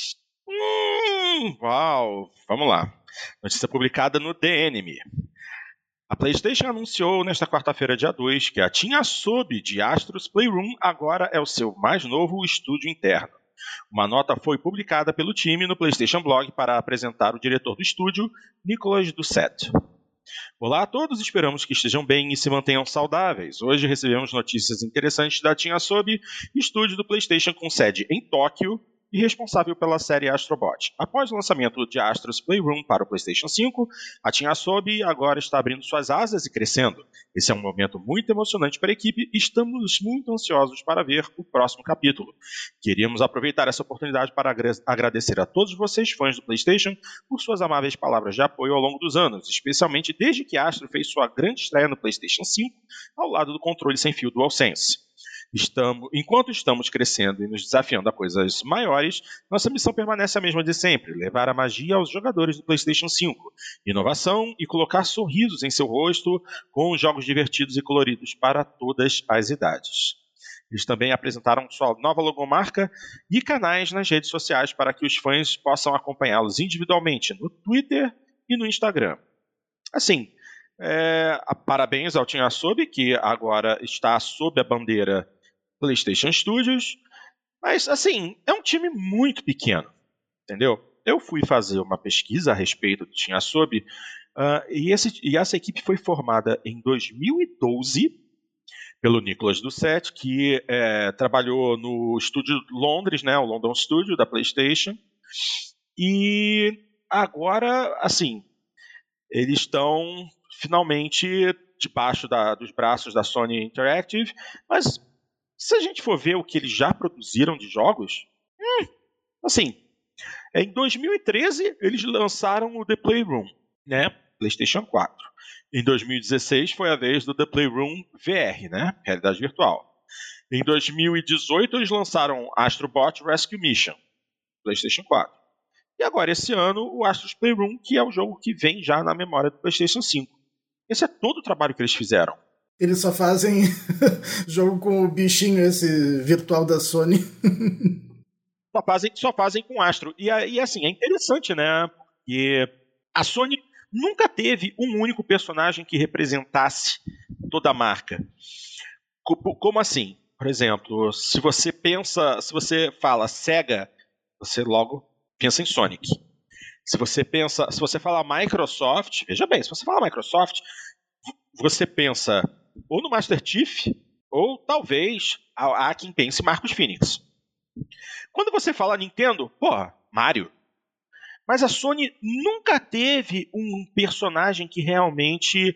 Uau! Vamos lá. Notícia publicada no The Enemy. A PlayStation anunciou nesta quarta-feira, dia 2, que a Team Asobi de Astro's Playroom agora é o seu mais novo estúdio interno. Uma nota foi publicada pelo time no PlayStation Blog para apresentar o diretor do estúdio, Nicolas Doucet. Olá a todos, esperamos que estejam bem e se mantenham saudáveis. Hoje recebemos notícias interessantes da Team Asobi, estúdio do PlayStation com sede em Tóquio e responsável pela série Astro Bot. Após o lançamento de Astro's Playroom para o PlayStation 5, a Team Asobi agora está abrindo suas asas e crescendo. Esse é um momento muito emocionante para a equipe e estamos muito ansiosos para ver o próximo capítulo. Queríamos aproveitar essa oportunidade para agradecer a todos vocês, fãs do PlayStation, por suas amáveis palavras de apoio ao longo dos anos, especialmente desde que Astro fez sua grande estreia no PlayStation 5, ao lado do controle sem fio DualSense. Enquanto estamos crescendo e nos desafiando a coisas maiores, nossa missão permanece a mesma de sempre: levar a magia aos jogadores do PlayStation 5, inovação e colocar sorrisos em seu rosto com jogos divertidos e coloridos para todas as idades. Eles também apresentaram sua nova logomarca e canais nas redes sociais para que os fãs possam acompanhá-los individualmente no Twitter e no Instagram. Assim, parabéns ao Team Asobi, que agora está sob a bandeira PlayStation Studios, mas assim, é um time muito pequeno, entendeu? Eu fui fazer uma pesquisa a respeito do Team Asobi e essa equipe foi formada em 2012 pelo Nicolas Doucet, que trabalhou no estúdio Londres, né, o London Studio da PlayStation, e agora, assim, eles estão finalmente debaixo dos braços da Sony Interactive, mas se a gente for ver o que eles já produziram de jogos, assim, em 2013 eles lançaram o The Playroom, né, PlayStation 4. Em 2016 foi a vez do The Playroom VR, né, realidade virtual. Em 2018 eles lançaram Astro Bot Rescue Mission, PlayStation 4. E agora esse ano o Astro's Playroom, que é o jogo que vem já na memória do PlayStation 5. Esse é todo o trabalho que eles fizeram. Eles só fazem jogo com o bichinho esse virtual da Sony. Só fazem com Astro. E assim, é interessante, né? Porque a Sony nunca teve um único personagem que representasse toda a marca. Como assim? Por exemplo, se você fala Sega, você logo pensa em Sonic. Se você fala Microsoft, veja bem, se você fala Microsoft, você pensa ou no Master Chief, ou talvez há quem pense Marcus Phoenix. Quando você fala Nintendo, Mario. Mas a Sony nunca teve um personagem que realmente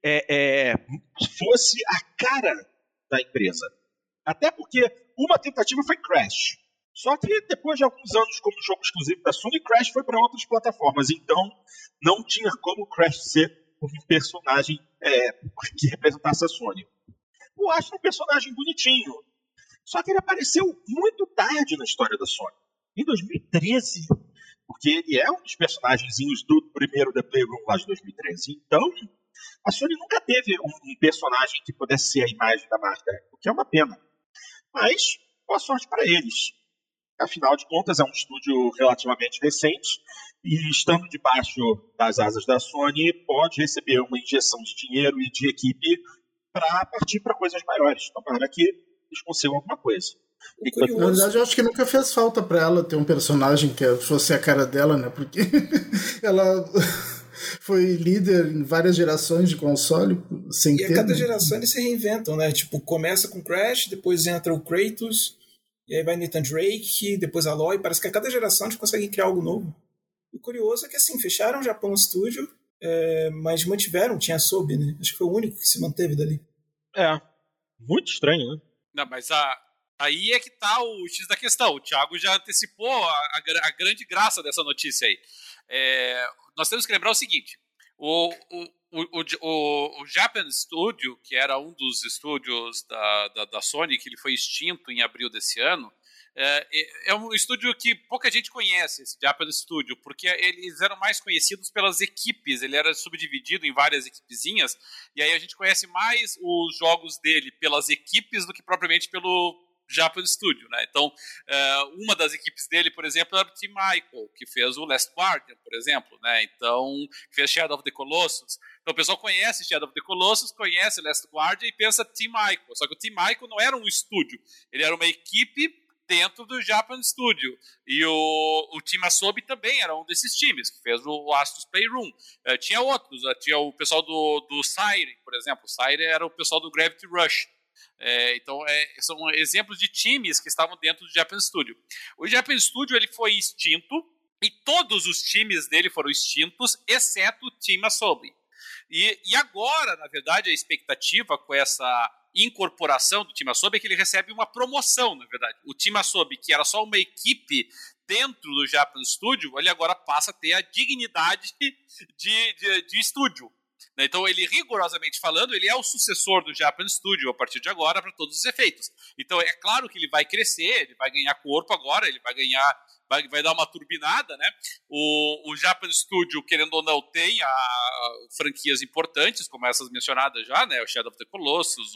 fosse a cara da empresa. Até porque uma tentativa foi Crash. Só que depois de alguns anos como jogo exclusivo da Sony, Crash foi para outras plataformas. Então não tinha como Crash ser um personagem que representasse a Sony. O Astro é um personagem bonitinho. Só que ele apareceu muito tarde na história da Sony. Em 2013. Porque ele é um dos personagenzinhos do primeiro The Playroom lá de 2013. Então, a Sony nunca teve um personagem que pudesse ser a imagem da marca. O que é uma pena. Mas, boa sorte para eles. Afinal de contas, é um estúdio relativamente recente e, estando debaixo das asas da Sony, pode receber uma injeção de dinheiro e de equipe para partir para coisas maiores. Então, para que eles consigam alguma coisa. Na verdade, eu acho que nunca fez falta para ela ter um personagem que fosse a cara dela, né? Porque ela foi líder em várias gerações de console. Sem ter, cada geração eles se reinventam, né? Tipo, começa com Crash, depois entra o Kratos, e aí vai Nathan Drake, depois Aloy. Parece que a cada geração eles conseguem criar algo novo. O curioso é que, assim, fecharam o Japão Studio, mas mantiveram, tinha Asobi, né? Acho que foi o único que se manteve dali. Muito estranho, né? Não, mas aí é que tá o X da questão. O Thiago já antecipou a grande graça dessa notícia aí. Nós temos que lembrar o seguinte: o Japan Studio, que era um dos estúdios da Sony, que ele foi extinto em abril desse ano, É um estúdio que pouca gente conhece, esse Japanese Studio, porque eles eram mais conhecidos pelas equipes, ele era subdividido em várias equipezinhas, e aí a gente conhece mais os jogos dele pelas equipes do que propriamente pelo Japanese Studio, né? Então, uma das equipes dele, por exemplo, era o Team Michael, que fez o Last Guardian, por exemplo, né? Então, que fez Shadow of the Colossus. Então, o pessoal conhece Shadow of the Colossus, conhece Last Guardian e pensa Team Michael. Só que o Team Michael não era um estúdio, ele era uma equipe dentro do Japan Studio. E o Team Asobi também era um desses times, que fez o Astros Playroom. Tinha outros, tinha o pessoal do Siren, por exemplo. O Siren era o pessoal do Gravity Rush. Então, são exemplos de times que estavam dentro do Japan Studio. O Japan Studio ele foi extinto, e todos os times dele foram extintos, exceto o Team Asobi. E agora, na verdade, a expectativa com essa incorporação do Team Asobi é que ele recebe uma promoção, na verdade. O Team Asobi, que era só uma equipe dentro do Japan Studio, ele agora passa a ter a dignidade de estúdio. Então, ele, rigorosamente falando, ele é o sucessor do Japan Studio a partir de agora para todos os efeitos. Então, é claro que ele vai crescer, ele vai ganhar corpo agora, ele vai dar uma turbinada, né? O Japan Studio, querendo ou não, tem franquias importantes, como essas mencionadas já, né? O Shadow of the Colossus,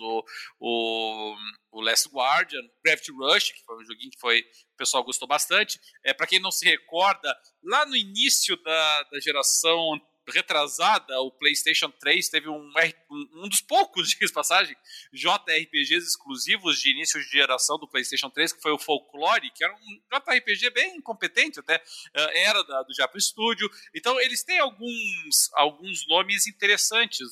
o Last Guardian, Gravity Rush, que foi um joguinho que o pessoal gostou bastante. Para quem não se recorda, lá no início da geração retrasada, o PlayStation 3 teve um dos poucos, diga-se passagem, JRPGs exclusivos de início de geração do PlayStation 3, que foi o Folklore, que era um JRPG bem incompetente até, era do Japan Studio. Então, eles têm alguns nomes interessantes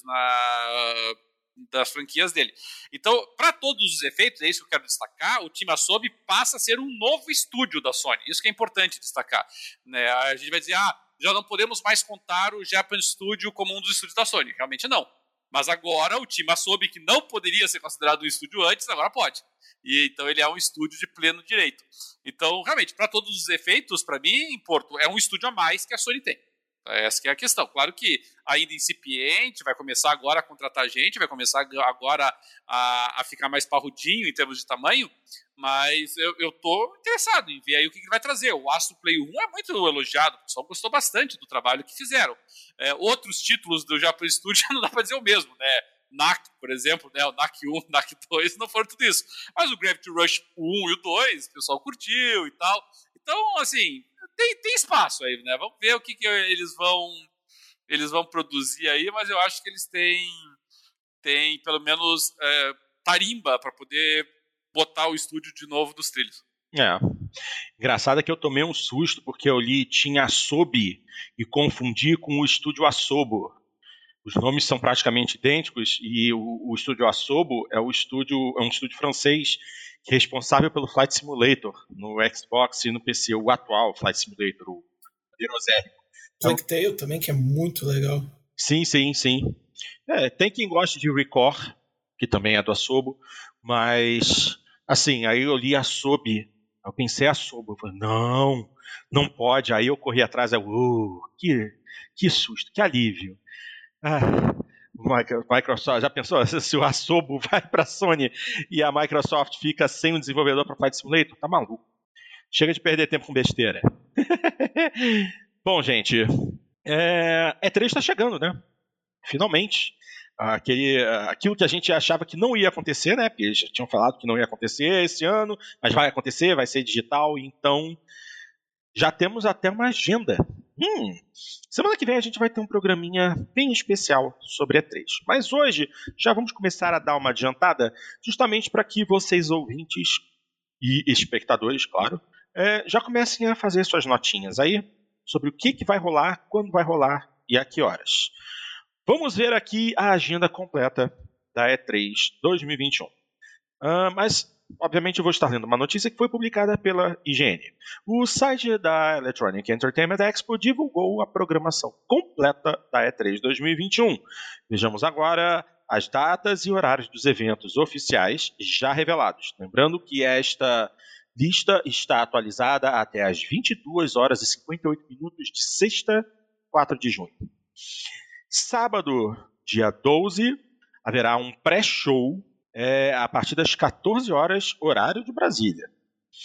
das franquias dele. Então, para todos os efeitos, é isso que eu quero destacar, o Team Asobi passa a ser um novo estúdio da Sony. Isso que é importante destacar, né? A gente vai dizer, já não podemos mais contar o Japan Studio como um dos estúdios da Sony. Realmente não. Mas agora o Team Asobi, que não poderia ser considerado um estúdio antes, agora pode. E então ele é um estúdio de pleno direito. Então, realmente, para todos os efeitos, para mim, Porto, é um estúdio a mais que a Sony tem. Essa que é a questão. Claro que ainda incipiente, vai começar agora a contratar gente, vai começar agora a ficar mais parrudinho em termos de tamanho, mas eu tô interessado em ver aí o que vai trazer. O Astro Play 1 é muito elogiado, o pessoal gostou bastante do trabalho que fizeram. Outros títulos do Japan Studio não dá para dizer o mesmo, né? NAC, por exemplo, né? O NAC 1, NAC 2 não foram tudo isso. Mas o Gravity Rush 1 e o 2, o pessoal curtiu e tal. Então, assim, tem espaço aí, né? Vamos ver o que eles vão produzir aí, mas eu acho que eles têm pelo menos tarimba para poder botar o estúdio de novo dos trilhos. Engraçado é que eu tomei um susto porque eu li Team Asobi e confundi com o estúdio Asobo. Os nomes são praticamente idênticos e o estúdio Asobo é um estúdio francês que é responsável pelo Flight Simulator no Xbox e no PC, o atual Flight Simulator, o Dirosérico. Plague Tale também, que é muito legal. Sim. Tem quem goste de Record, que também é do Asobo, mas, assim, aí eu li Asobi, eu pensei Asobo, eu falei, não pode, aí eu corri atrás, que susto, que alívio. Microsoft, já pensou se o Asobo vai para a Sony e a Microsoft fica sem um desenvolvedor para Flight Simulator? Tá maluco. Chega de perder tempo com besteira. Bom, gente, E3 está chegando, né? Finalmente. Aquilo que a gente achava que não ia acontecer, né? Porque eles já tinham falado que não ia acontecer esse ano, mas vai acontecer, vai ser digital, então já temos até uma agenda. Semana que vem a gente vai ter um programinha bem especial sobre E3. Mas hoje já vamos começar a dar uma adiantada, justamente para que vocês ouvintes e espectadores, claro, já comecem a fazer suas notinhas aí sobre o que vai rolar, quando vai rolar e a que horas. Vamos ver aqui a agenda completa da E3 2021. Mas, obviamente, eu vou estar lendo uma notícia que foi publicada pela IGN. O site da Electronic Entertainment Expo divulgou a programação completa da E3 2021. Vejamos agora as datas e horários dos eventos oficiais já revelados. Lembrando que esta lista está atualizada até às 22 horas e 58 minutos de sexta, 4 de junho. Sábado, dia 12, haverá um pré-show a partir das 14 horas, horário de Brasília.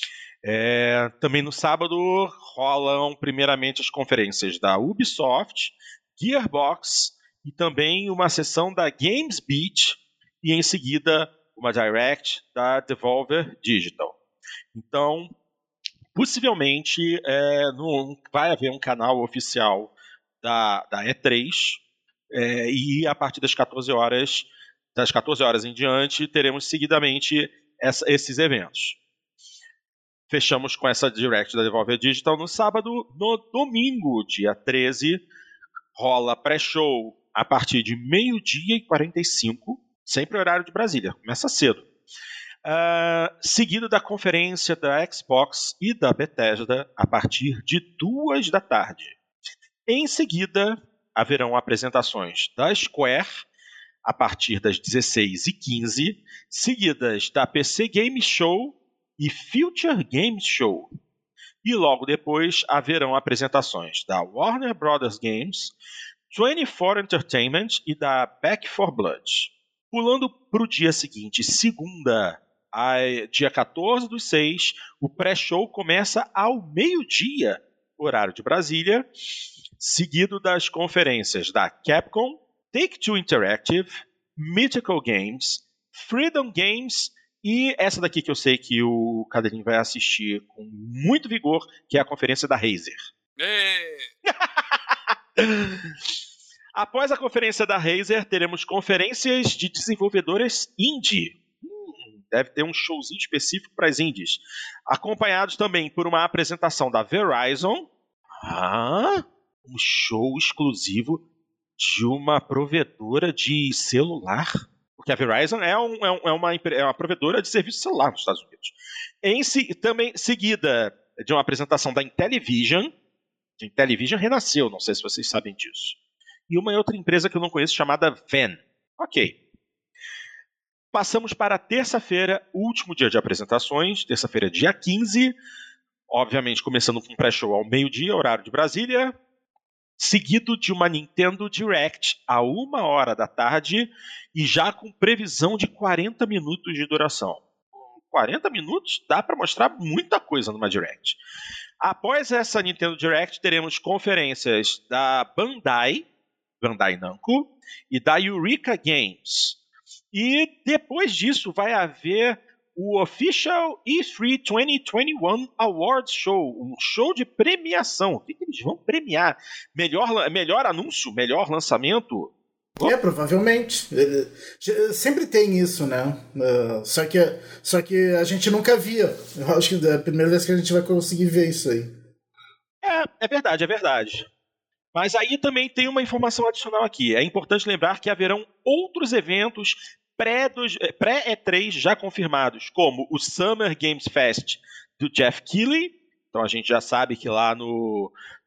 Também no sábado rolam primeiramente as conferências da Ubisoft, Gearbox e também uma sessão da Games Beat e em seguida uma Direct da Devolver Digital. Então, possivelmente não vai haver um canal oficial da E3 e a partir das 14 horas em diante teremos seguidamente esses eventos. Fechamos com essa Direct da Devolver Digital no sábado. No domingo, dia 13, rola pré-show a partir de 12h45, sempre horário de Brasília, começa cedo. Seguido da conferência da Xbox e da Bethesda a partir de 2 da tarde. Em seguida, haverão apresentações da Square a partir das 16h15, seguidas da PC Game Show e Future Games Show. E logo depois haverão apresentações da Warner Bros. Games, 24 Entertainment e da Back 4 Blood. Pulando para o dia seguinte, segunda, dia 14/6, o pré-show começa ao meio-dia, horário de Brasília, seguido das conferências da Capcom, Take-Two Interactive, Mythical Games, Freedom Games e essa daqui que eu sei que o Cadelinho vai assistir com muito vigor, que é a conferência da Razer. Após a conferência da Razer, teremos conferências de desenvolvedoras indie. Deve ter um showzinho específico para as indies. Acompanhados também por uma apresentação da Verizon. Um show exclusivo de uma provedora de celular. Porque a Verizon é uma provedora de serviço celular nos Estados Unidos. Também seguida de uma apresentação da Intellivision. A Intellivision renasceu, não sei se vocês sabem disso. E uma outra empresa que eu não conheço chamada Ven. Ok. Passamos para terça-feira, último dia de apresentações. Terça-feira, dia 15. Obviamente começando com um pré-show ao meio-dia, horário de Brasília. Seguido de uma Nintendo Direct a 1h da tarde e já com previsão de 40 minutos de duração. 40 minutos dá para mostrar muita coisa numa Direct. Após essa Nintendo Direct, teremos conferências da Bandai Namco e da Eureka Games. E depois disso vai haver o Official E3 2021 Awards Show, um show de premiação. O que eles vão premiar? Melhor anúncio? Melhor lançamento? Provavelmente. Sempre tem isso, né? Só que a gente nunca via. Eu acho que é a primeira vez que a gente vai conseguir ver isso aí. É verdade. Mas aí também tem uma informação adicional aqui. É importante lembrar que haverão outros eventos pré-E3 já confirmados, como o Summer Games Fest do Jeff Keighley. Então a gente já sabe que lá no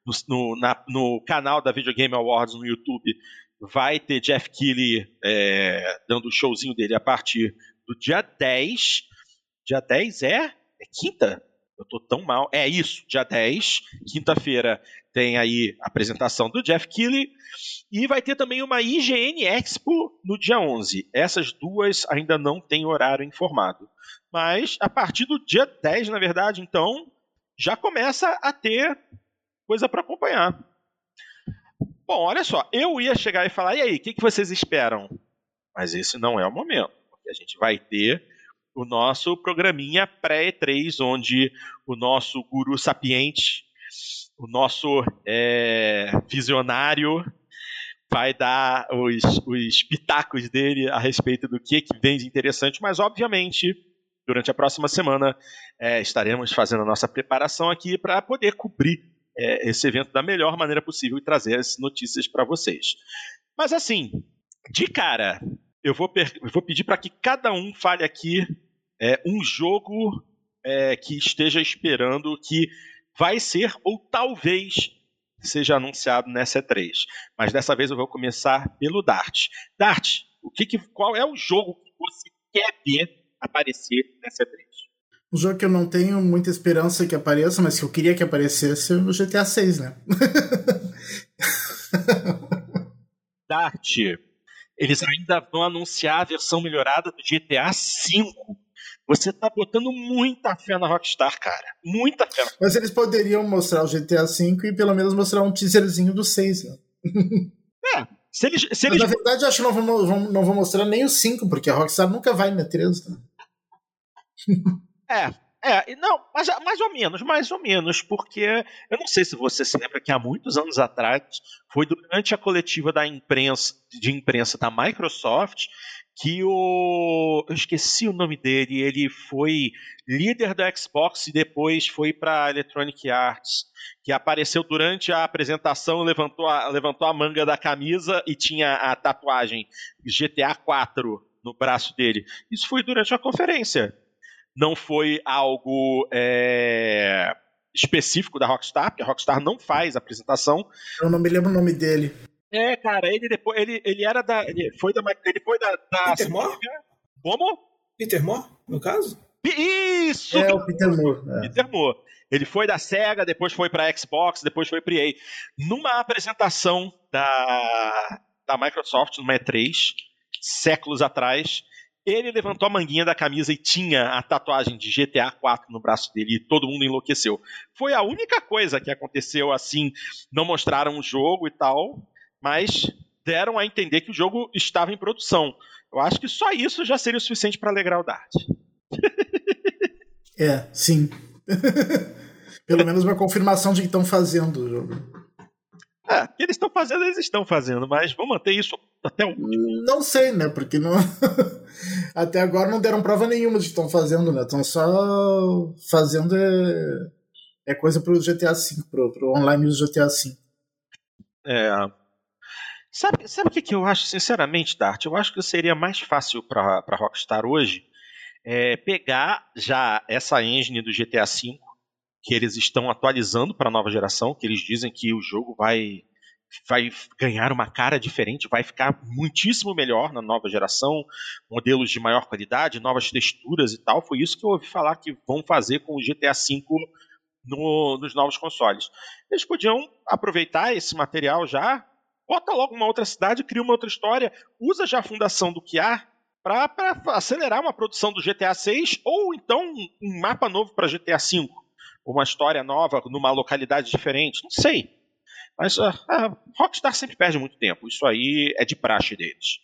canal da Video Game Awards no YouTube vai ter Jeff Keighley dando o showzinho dele a partir do dia 10. Dia 10 é quinta? Eu tô tão mal. É isso, dia 10, quinta-feira, tem aí a apresentação do Jeff Keighley. E vai ter também uma IGN Expo no dia 11. Essas duas ainda não têm horário informado. Mas a partir do dia 10, na verdade, então, já começa a ter coisa para acompanhar. Bom, olha só, eu ia chegar e falar, e aí, o que vocês esperam? Mas esse não é o momento, porque a gente vai ter o nosso programinha pré-E3, onde o nosso guru sapiente, o nosso visionário, vai dar os pitacos dele a respeito do que vem de interessante, mas obviamente, durante a próxima semana, estaremos fazendo a nossa preparação aqui para poder cobrir esse evento da melhor maneira possível e trazer as notícias para vocês. Mas assim, de cara, eu vou pedir para que cada um fale aqui um jogo que esteja esperando que vai ser ou talvez seja anunciado nessa E3. Mas dessa vez eu vou começar pelo Dart. Dart, qual é o jogo que você quer ver aparecer nessa E3? Um jogo que eu não tenho muita esperança que apareça, mas que eu queria que aparecesse é o GTA 6, né? Dart, eles ainda vão anunciar a versão melhorada do GTA 5. Você tá botando muita fé na Rockstar, cara. Muita fé. Mas eles poderiam mostrar o GTA V e pelo menos mostrar um teaserzinho do 6, né? Se eles... Mas, na verdade, eu acho que não vão mostrar nem o 5, porque a Rockstar nunca vai na 3, né? Não, mas mais ou menos, porque eu não sei se você se lembra que há muitos anos atrás, foi durante a coletiva de imprensa da Microsoft, que eu esqueci o nome dele, ele foi líder da Xbox e depois foi para Electronic Arts, que apareceu durante a apresentação, levantou a manga da camisa e tinha a tatuagem GTA 4 no braço dele. Isso foi durante a conferência. Não foi algo específico da Rockstar, porque a Rockstar não faz apresentação. Eu não me lembro o nome dele. Cara, ele depois ele era da. Ele foi da. Peter Moore? Como? Peter Moore, no caso? Isso! É o Peter Moore. Peter Moore. Ele foi da Sega, depois foi pra Xbox, depois foi pra EA. Numa apresentação da Microsoft, numa E3, séculos atrás, ele levantou a manguinha da camisa e tinha a tatuagem de GTA 4 no braço dele e todo mundo enlouqueceu. Foi a única coisa que aconteceu assim, não mostraram o jogo e tal, mas deram a entender que o jogo estava em produção. Eu acho que só isso já seria o suficiente para alegrar o Dart. Sim. Pelo menos uma confirmação de que estão fazendo o jogo. O que eles estão fazendo, eles estão fazendo, mas vamos manter isso até o último. Não sei, né? Porque não... até agora não deram prova nenhuma de que estão fazendo, né? Estão só fazendo coisa pro GTA V, pro online do GTA V. Sabe o que eu acho, sinceramente, Dart? Eu acho que seria mais fácil para Rockstar hoje pegar já essa engine do GTA V, que eles estão atualizando para a nova geração, que eles dizem que o jogo vai ganhar uma cara diferente, vai ficar muitíssimo melhor na nova geração, modelos de maior qualidade, novas texturas e tal. Foi isso que eu ouvi falar que vão fazer com o GTA V nos novos consoles. Eles podiam aproveitar esse material já, bota logo uma outra cidade, cria uma outra história, usa já a fundação do que há para acelerar uma produção do GTA 6 ou então um mapa novo para GTA 5, uma história nova numa localidade diferente, não sei. Mas a Rockstar sempre perde muito tempo, isso aí é de praxe deles.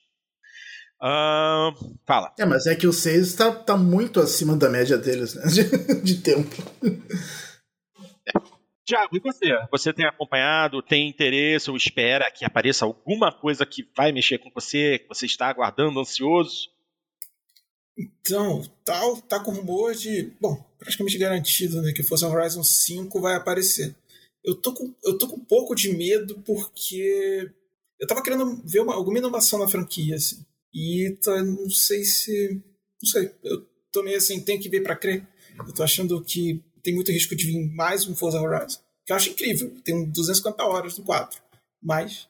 Fala. Mas é que o 6 tá muito acima da média deles, né? de tempo. Thiago, e você? Você tem acompanhado, tem interesse ou espera que apareça alguma coisa que vai mexer com você, que você está aguardando, ansioso? Então, tá com rumor de... Bom, praticamente garantido, né, que o Forza Horizon 5 vai aparecer. Eu tô com um pouco de medo porque eu tava querendo ver alguma inovação na franquia, assim. E não sei. Eu tô meio assim, tem que ver pra crer. Eu tô achando que tem muito risco de vir mais um Forza Horizon. Que eu acho incrível. Tem 250 horas no 4. Mas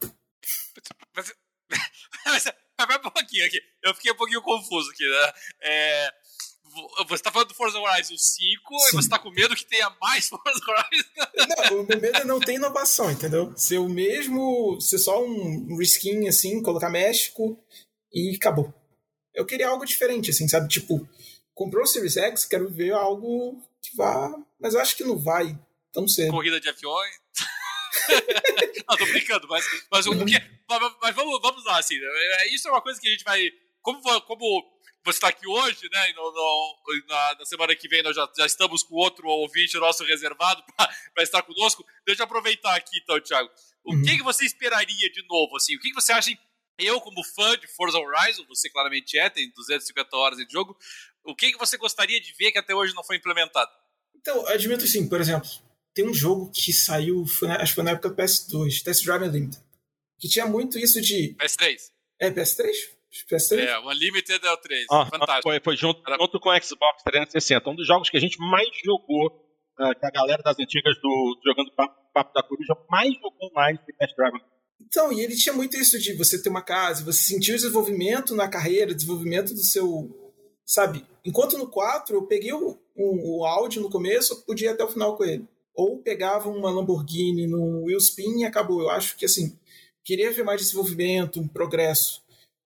vai um pouquinho aqui. Eu fiquei um pouquinho confuso aqui, né? Você tá falando do Forza Horizon 5 Sim. E você tá com medo que tenha mais Forza Horizon? Não, o meu medo é não ter inovação, entendeu? Ser só um reskin, assim, colocar México e acabou. Eu queria algo diferente, assim, sabe? Tipo, comprou o Series X, quero ver algo que vá... Mas eu acho que não vai tão cedo. Corrida de aviões? Não, tô brincando, mas vamos lá, assim, isso é uma coisa que a gente vai... Como você está aqui hoje, né? Na semana que vem nós já estamos com outro ouvinte nosso reservado para estar conosco. Deixa eu aproveitar aqui, então, Thiago. O que você esperaria de novo? Assim? O que você acha? Eu, como fã de Forza Horizon, você claramente tem 250 horas de jogo. O que você gostaria de ver que até hoje não foi implementado? Então, admito sim, por exemplo, tem um jogo que saiu, acho que foi na época do PS2, Test Drive Unlimited, que tinha muito isso de... PS3? PS3? PS3? O Unlimited é o 3. Fantástico. Foi junto com o Xbox 360. Um dos jogos que a gente mais jogou, que a galera das antigas do Jogando Papo da Coruja mais jogou online foi Test Drive. Então, e ele tinha muito isso de você ter uma casa, você sentir o desenvolvimento na carreira, desenvolvimento do seu... Sabe? Enquanto no 4 eu peguei o áudio no começo, eu podia ir até o final com ele. Ou pegava uma Lamborghini no Wheel Spin e acabou. Eu acho que, assim, queria ver mais desenvolvimento, um progresso.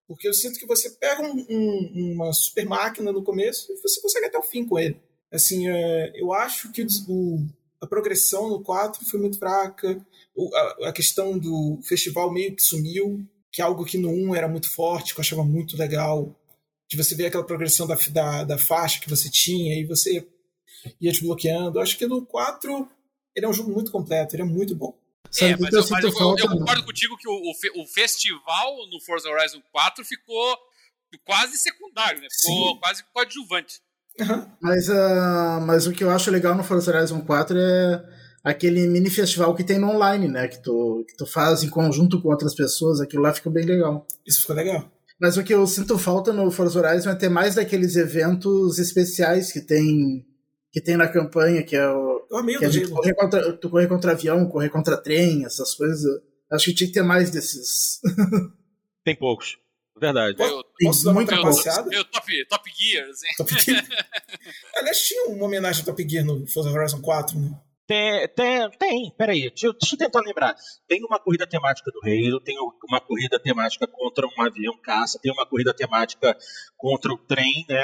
Porque eu sinto que você pega uma super máquina no começo e você consegue até o fim com ele. Assim, eu acho que a progressão no 4 foi muito fraca. A questão do festival meio que sumiu, que é algo que no 1 era muito forte, que eu achava muito legal. De você ver aquela progressão da faixa que você tinha e você ia desbloqueando. Eu acho que no 4 ele é um jogo muito completo, ele é muito bom. Mas eu concordo contigo que o festival no Forza Horizon 4 ficou quase secundário, né? Ficou Sim. quase coadjuvante. Uhum. Mas o que eu acho legal no Forza Horizon 4 é aquele mini festival que tem no online, né? Que tu faz em conjunto com outras pessoas, aquilo lá fica bem legal. Isso ficou legal. Mas o que eu sinto falta no Forza Horizon é ter mais daqueles eventos especiais que tem na campanha, que é o que é de correr contra avião, correr contra trem, essas coisas. Acho que tinha que ter mais desses. Tem poucos, verdade. Posso dar uma trapaceada? Top Gear, assim. Top Gear. Aliás, tinha uma homenagem a Top Gear no Forza Horizon 4, né? Tem, peraí, deixa eu tentar lembrar. Tem uma corrida temática do Halo, tem uma corrida temática contra um avião caça, tem uma corrida temática contra o trem, né?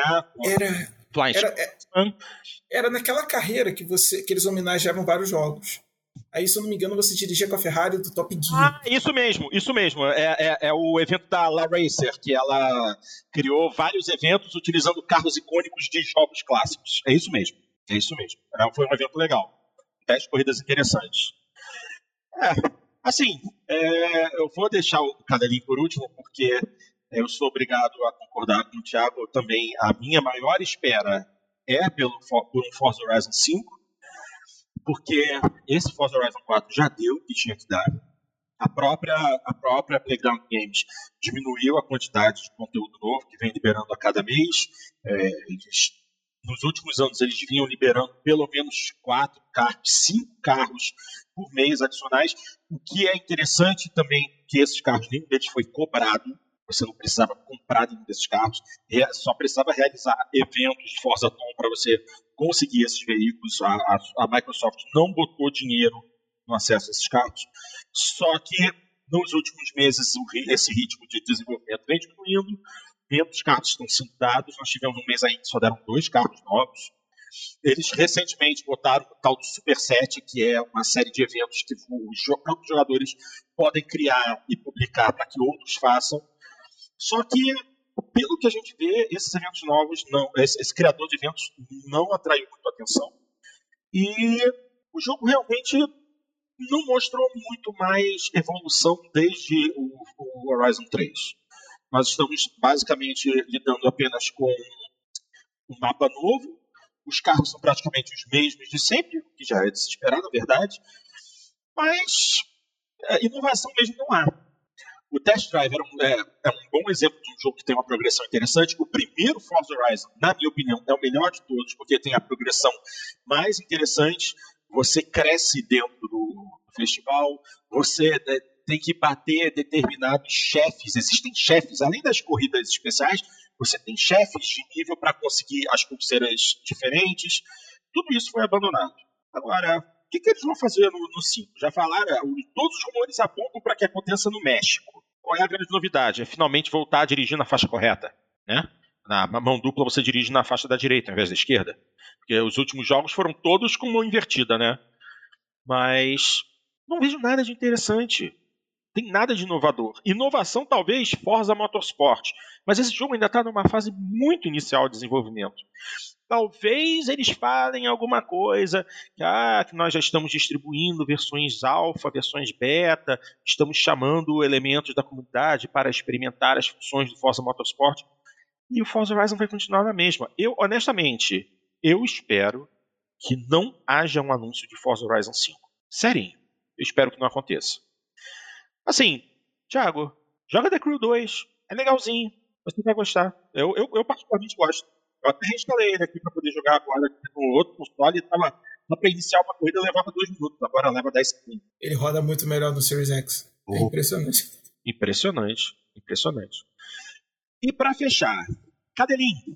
Era naquela carreira que eles homenageavam vários jogos. Aí, se eu não me engano, você dirigia com a Ferrari do Top Gear. Isso mesmo. É o evento da La Racer, que ela criou vários eventos utilizando carros icônicos de jogos clássicos. É isso mesmo. Foi um evento legal. 10 corridas interessantes. Eu vou deixar o Cadelinho por último, porque eu sou obrigado a concordar com o Thiago também. A minha maior espera é por um Forza Horizon 5, porque esse Forza Horizon 4 já deu o que tinha que dar. A própria Playground Games diminuiu a quantidade de conteúdo novo que vem liberando a cada mês. Nos últimos anos, eles vinham liberando pelo menos 5 carros por mês adicionais, o que é interessante também, que esses carros, nenhum deles foi cobrado. Você não precisava comprar nenhum desses carros, só precisava realizar eventos de Forzathon para você conseguir esses veículos. A Microsoft não botou dinheiro no acesso a esses carros, só que nos últimos meses esse ritmo de desenvolvimento vem diminuindo. Os carros estão sendo dados. Nós tivemos um mês aí que só deram 2 carros novos. Eles recentemente botaram o tal do Super Set, que é uma série de eventos que os próprios jogadores podem criar e publicar para que outros façam. Só que, pelo que a gente vê, esses eventos novos, esse criador de eventos não atraiu muito atenção. E o jogo realmente não mostrou muito mais evolução desde o Horizon 3. Nós estamos basicamente lidando apenas com um mapa novo. Os carros são praticamente os mesmos de sempre, o que já é de se esperar, na verdade. Mas inovação mesmo não há. O Test Drive é um bom exemplo de um jogo que tem uma progressão interessante. O primeiro Forza Horizon, na minha opinião, é o melhor de todos, porque tem a progressão mais interessante. Você cresce dentro do festival, você tem que bater determinados chefes. Existem chefes, além das corridas especiais, você tem chefes de nível para conseguir as pulseiras diferentes. Tudo isso foi abandonado. Agora, o que eles vão fazer no 5? Já falaram, todos os rumores apontam para que aconteça no México. Qual é a grande novidade? É finalmente voltar a dirigir na faixa correta, né? Na mão dupla você dirige na faixa da direita ao invés da esquerda. Porque os últimos jogos foram todos com mão invertida, né? Mas não vejo nada de interessante. Tem nada de inovador. Inovação, talvez, Forza Motorsport. Mas esse jogo ainda está numa fase muito inicial de desenvolvimento. Talvez eles falem alguma coisa que nós já estamos distribuindo versões alfa, versões beta, estamos chamando elementos da comunidade para experimentar as funções do Forza Motorsport. E o Forza Horizon vai continuar na mesma. Honestamente, eu espero que não haja um anúncio de Forza Horizon 5. Serinho. Eu espero que não aconteça. Assim, Thiago, joga The Crew 2. É legalzinho. Você vai gostar. Eu particularmente gosto. Eu até reinstalei ele aqui para poder jogar agora no outro console. Para iniciar uma corrida levava 2 minutos. Agora leva 10 segundos. Ele roda muito melhor no Series X. É impressionante. Impressionante. E para fechar, Cadelinho,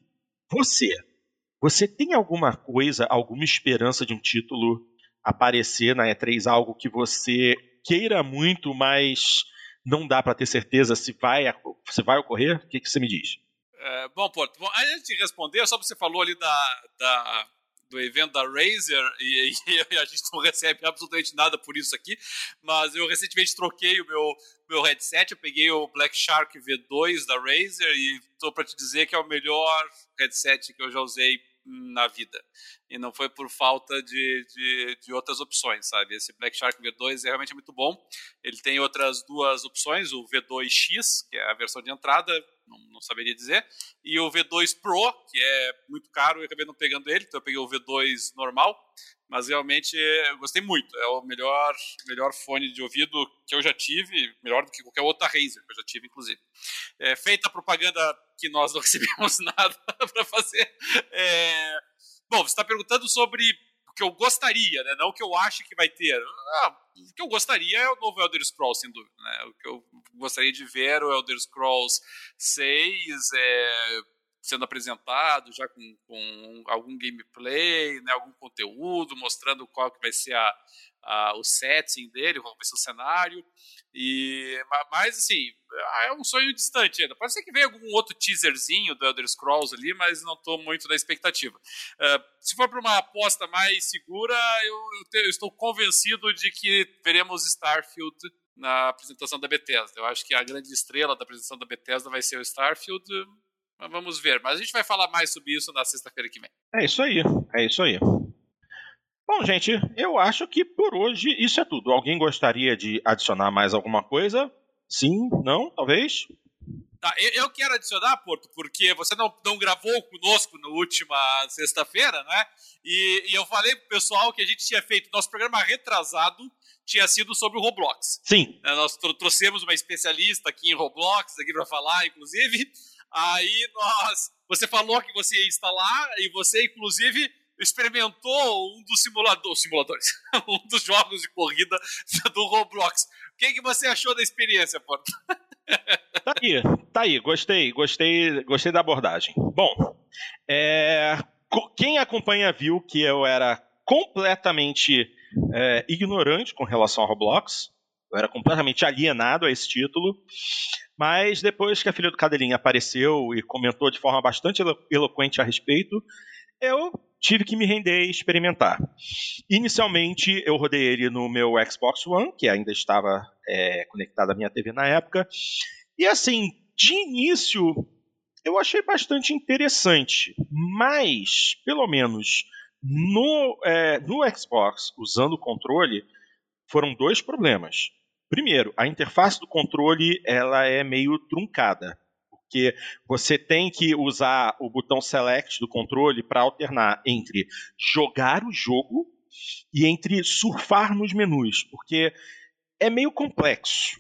você tem alguma coisa, alguma esperança de um título aparecer na E3? Algo que você queira muito, mas não dá para ter certeza se vai ocorrer? O que você me diz? Bom, Porto, antes de responder, só você falou ali do evento da Razer e a gente não recebe absolutamente nada por isso aqui, mas eu recentemente troquei o meu headset, eu peguei o Black Shark V2 da Razer e estou para te dizer que é o melhor headset que eu já usei na vida. E não foi por falta de outras opções, sabe? Esse Black Shark V2 é realmente muito bom. Ele tem outras duas opções, o V2X, que é a versão de entrada, não saberia dizer, e o V2 Pro, que é muito caro, eu acabei não pegando ele, então eu peguei o V2 normal, mas realmente eu gostei muito. É o melhor fone de ouvido que eu já tive, melhor do que qualquer outra Razer que eu já tive, inclusive. Feita a propaganda que nós não recebemos nada para fazer. Bom, você está perguntando sobre o que eu gostaria, né? Não o que eu acho que vai ter. O que eu gostaria é o novo Elder Scrolls, sem dúvida. Né? O que eu gostaria de ver o Elder Scrolls 6 sendo apresentado, já com algum gameplay, né? Algum conteúdo, mostrando qual que vai ser o setting dele, qual vai ser o cenário. Mas, assim, é um sonho distante ainda. Pode ser que venha algum outro teaserzinho do Elder Scrolls ali, mas não estou muito na expectativa. Se for para uma aposta mais segura, eu estou convencido de que veremos Starfield na apresentação da Bethesda. Eu acho que a grande estrela da apresentação da Bethesda vai ser o Starfield, mas vamos ver. Mas a gente vai falar mais sobre isso na sexta-feira que vem. É isso aí. Bom, gente, eu acho que por hoje isso é tudo. Alguém gostaria de adicionar mais alguma coisa? Sim? Não? Talvez? Tá, eu quero adicionar, Porto, porque você não gravou conosco na última sexta-feira, né? E eu falei pro pessoal que a gente tinha feito nosso programa retrasado, tinha sido sobre o Roblox. Sim. Nós trouxemos uma especialista aqui em Roblox, aqui para falar, inclusive. Aí você falou que você ia instalar e você, inclusive, experimentou um dos simuladores, um dos jogos de corrida do Roblox. O que você achou da experiência, Porto? Tá aí, gostei da abordagem. Bom, quem acompanha viu que eu era completamente ignorante com relação ao Roblox, eu era completamente alienado a esse título, mas depois que a filha do Cadelinha apareceu e comentou de forma bastante eloquente a respeito, eu tive que me render e experimentar. Inicialmente, eu rodei ele no meu Xbox One, que ainda estava conectado à minha TV na época. E assim, de início, eu achei bastante interessante. Mas, pelo menos no Xbox, usando o controle, foram dois problemas. Primeiro, a interface do controle ela é meio truncada. Porque você tem que usar o botão Select do controle para alternar entre jogar o jogo e entre surfar nos menus, porque é meio complexo.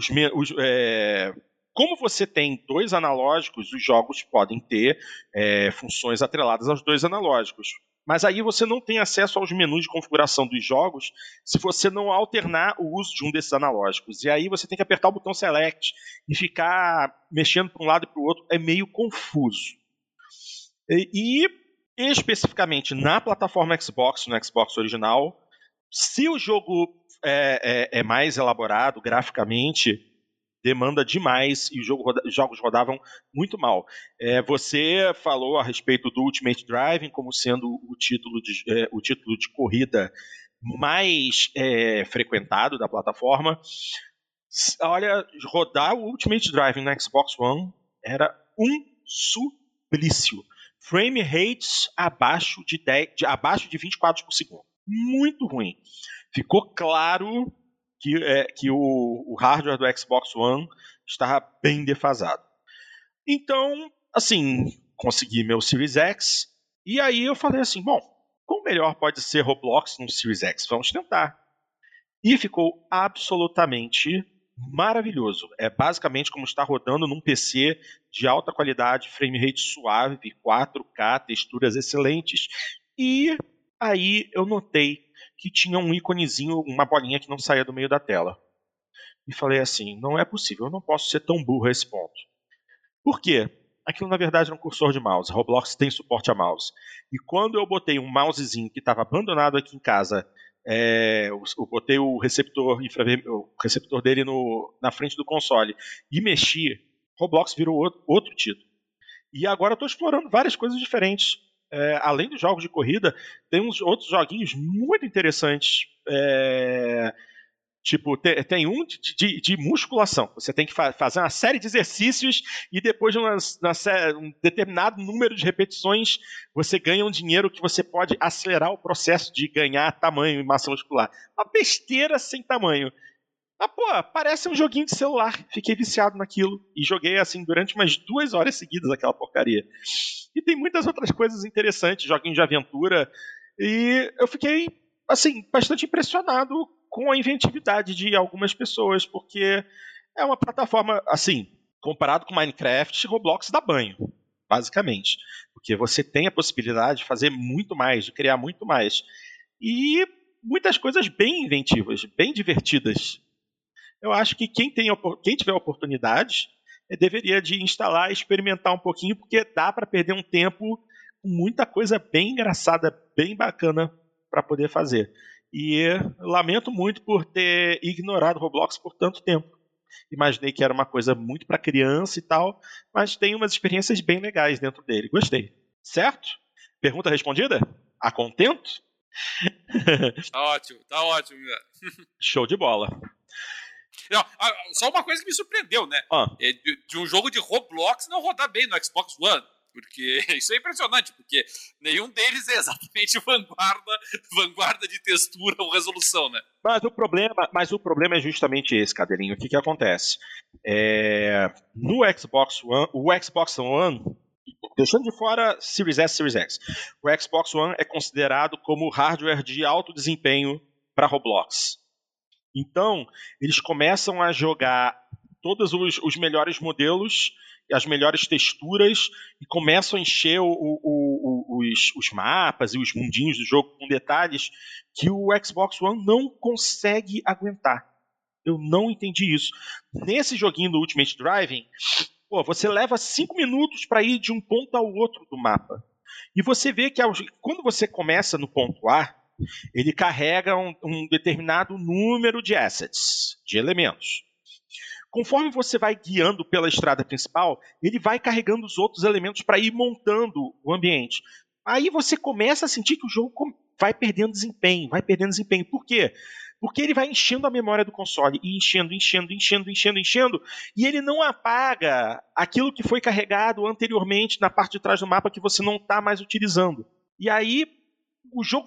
Como você tem dois analógicos, os jogos podem ter funções atreladas aos dois analógicos. Mas aí você não tem acesso aos menus de configuração dos jogos se você não alternar o uso de um desses analógicos. E aí você tem que apertar o botão Select e ficar mexendo para um lado e para o outro. É meio confuso. E especificamente na plataforma Xbox, no Xbox original, se o jogo é mais elaborado graficamente, demanda demais e os jogos rodavam muito mal. Você falou a respeito do Ultimate Driving como sendo o título de corrida mais frequentado da plataforma. Olha, rodar o Ultimate Driving na Xbox One era um suplício. Frame rates abaixo de 20 quadros por segundo. Muito ruim. Ficou claro que o hardware do Xbox One estava bem defasado. Então, assim, consegui meu Series X, e aí eu falei assim, bom, quão melhor pode ser Roblox no Series X? Vamos tentar. E ficou absolutamente maravilhoso. É basicamente como estar rodando num PC de alta qualidade, frame rate suave, 4K, texturas excelentes. E aí eu notei que tinha um íconezinho, uma bolinha que não saía do meio da tela. E falei assim, não é possível, eu não posso ser tão burro a esse ponto. Por quê? Aquilo na verdade era um cursor de mouse, a Roblox tem suporte a mouse. E quando eu botei um mousezinho que estava abandonado aqui em casa Eu botei o receptor dele na frente do console e mexi, Roblox virou outro título. E agora eu estou explorando várias coisas diferentes. Além dos jogos de corrida, tem uns outros joguinhos muito interessantes. Tipo, tem um de musculação. Você tem que fazer uma série de exercícios e depois de um determinado número de repetições, você ganha um dinheiro que você pode acelerar o processo de ganhar tamanho e massa muscular. Uma besteira sem tamanho. Mas, pô, parece um joguinho de celular. Fiquei viciado naquilo e joguei assim durante umas 2 horas seguidas aquela porcaria. E tem muitas outras coisas interessantes, joguinhos de aventura. E eu fiquei, assim, bastante impressionado com a inventividade de algumas pessoas, porque é uma plataforma, assim, comparado com Minecraft, Roblox dá banho, basicamente. Porque você tem a possibilidade de fazer muito mais, de criar muito mais. E muitas coisas bem inventivas, bem divertidas. Eu acho que quem tiver oportunidade deveria de instalar e experimentar um pouquinho, porque dá para perder um tempo com muita coisa bem engraçada, bem bacana para poder fazer. E lamento muito por ter ignorado o Roblox por tanto tempo. Imaginei que era uma coisa muito para criança e tal, mas tem umas experiências bem legais dentro dele. Gostei. Certo? Pergunta respondida? A contento? Tá ótimo. Show de bola. Não, só uma coisa que me surpreendeu, né? De um jogo de Roblox não rodar bem no Xbox One. Porque isso é impressionante, porque nenhum deles é exatamente vanguarda de textura ou resolução, né? Mas o problema é justamente esse, Cadelinho. O que acontece? No Xbox One, o Xbox One, deixando de fora Series S, Series X, o Xbox One é considerado como hardware de alto desempenho para Roblox. Então, eles começam a jogar todos os melhores modelos, as melhores texturas, e começam a encher os mapas e os mundinhos do jogo com detalhes que o Xbox One não consegue aguentar. Eu não entendi isso. Nesse joguinho do Ultimate Driving, você leva 5 minutos para ir de um ponto ao outro do mapa. E você vê que quando você começa no ponto A, ele carrega um determinado número de assets, de elementos. Conforme você vai guiando pela estrada principal, ele vai carregando os outros elementos para ir montando o ambiente. Aí você começa a sentir que o jogo vai perdendo desempenho. Por quê? Porque ele vai enchendo a memória do console, e enchendo, e ele não apaga aquilo que foi carregado anteriormente na parte de trás do mapa que você não está mais utilizando. E aí o jogo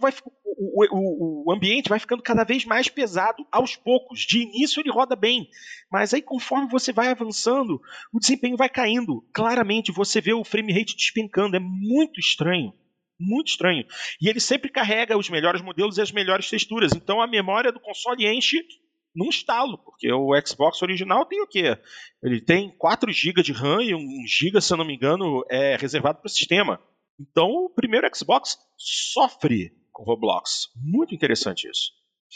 o ambiente vai ficando cada vez mais pesado aos poucos. De início ele roda bem, mas aí conforme você vai avançando, o desempenho vai caindo. Claramente você vê o frame rate despencando, é muito estranho. Muito estranho. E ele sempre carrega os melhores modelos e as melhores texturas. Então a memória do console enche num estalo, porque o Xbox original tem o quê? Ele tem 4 GB de RAM e 1 GB, se eu não me engano, é reservado para o sistema. Então o primeiro Xbox sofre com Roblox. Muito interessante isso.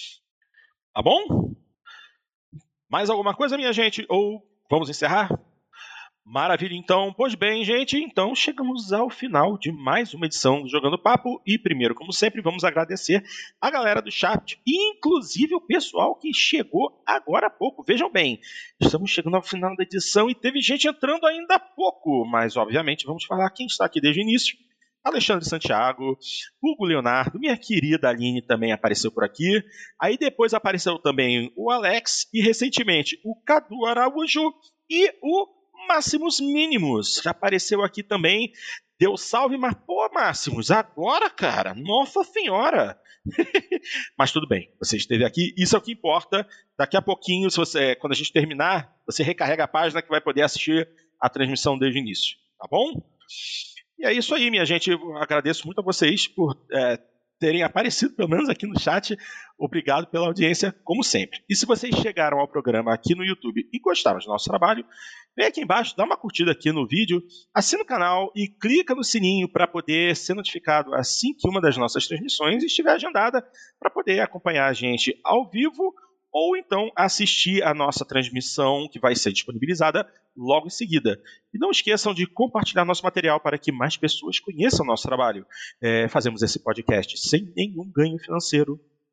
Tá bom? Mais alguma coisa, minha gente? Ou vamos encerrar? Maravilha, então. Pois bem, gente, então chegamos ao final de mais uma edição do Jogando Papo. E primeiro, como sempre, vamos agradecer a galera do chat, inclusive o pessoal que chegou agora há pouco. Vejam bem, estamos chegando ao final da edição e teve gente entrando ainda há pouco, mas obviamente vamos falar quem está aqui desde o início. Alexandre Santiago, Hugo Leonardo, minha querida Aline também apareceu por aqui. Aí depois apareceu também o Alex e recentemente o Cadu Araújo e o Máximos Mínimos. Já apareceu aqui também. Deu salve, mas pô, Máximos, agora, cara, nossa senhora. Mas tudo bem, você esteve aqui, isso é o que importa. Daqui a pouquinho, quando a gente terminar, você recarrega a página que vai poder assistir a transmissão desde o início, tá bom? E é isso aí, minha gente. Eu agradeço muito a vocês por terem aparecido, pelo menos aqui no chat. Obrigado pela audiência, como sempre. E se vocês chegaram ao programa aqui no YouTube e gostaram do nosso trabalho, vem aqui embaixo, dá uma curtida aqui no vídeo, assina o canal e clica no sininho para poder ser notificado assim que uma das nossas transmissões estiver agendada, para poder acompanhar a gente ao vivo ou então assistir a nossa transmissão que vai ser disponibilizada logo em seguida. E não esqueçam de compartilhar nosso material para que mais pessoas conheçam o nosso trabalho. Fazemos esse podcast sem nenhum ganho financeiro,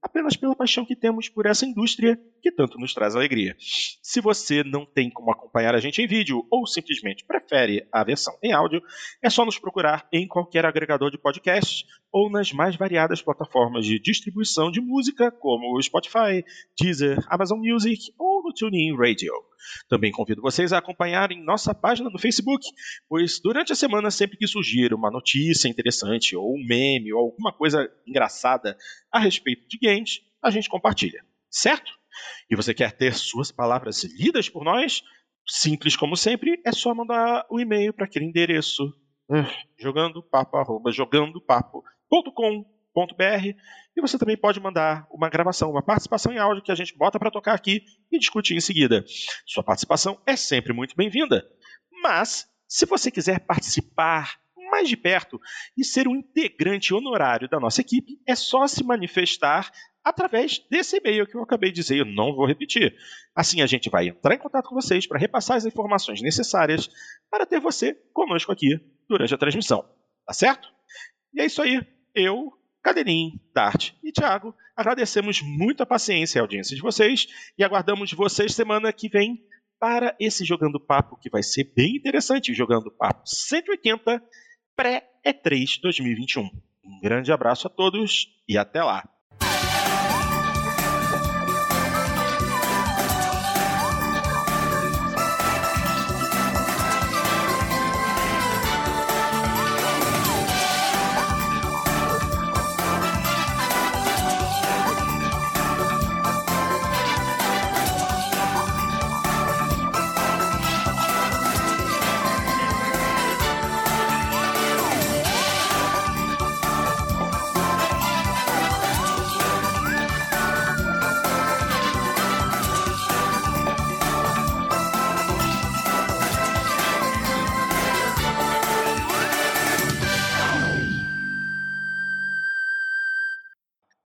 apenas pela paixão que temos por essa indústria que tanto nos traz alegria. Se você não tem como acompanhar a gente em vídeo ou simplesmente prefere a versão em áudio, é só nos procurar em qualquer agregador de podcast ou nas mais variadas plataformas de distribuição de música, como o Spotify, Deezer, Amazon Music ou no TuneIn Radio. Também convido vocês a acompanharem nossa página no Facebook, pois durante a semana, sempre que surgir uma notícia interessante ou um meme ou alguma coisa engraçada a respeito de games, a gente compartilha, certo? E você quer ter suas palavras lidas por nós? Simples como sempre, é só mandar o e-mail para aquele endereço jogandopapo@jogandopapo.com.br, e você também pode mandar uma gravação, uma participação em áudio que a gente bota para tocar aqui e discutir em seguida. Sua participação é sempre muito bem-vinda. Mas, se você quiser participar mais de perto e ser um integrante honorário da nossa equipe, é só se manifestar através desse e-mail que eu acabei de dizer, eu não vou repetir. Assim a gente vai entrar em contato com vocês para repassar as informações necessárias para ter você conosco aqui durante a transmissão. Tá certo? E é isso aí. Eu, Cadeirinho, Dart e Thiago agradecemos muito a paciência e a audiência de vocês e aguardamos vocês semana que vem para esse Jogando Papo, que vai ser bem interessante, Jogando Papo 180 pré-E3 2021. Um grande abraço a todos e até lá!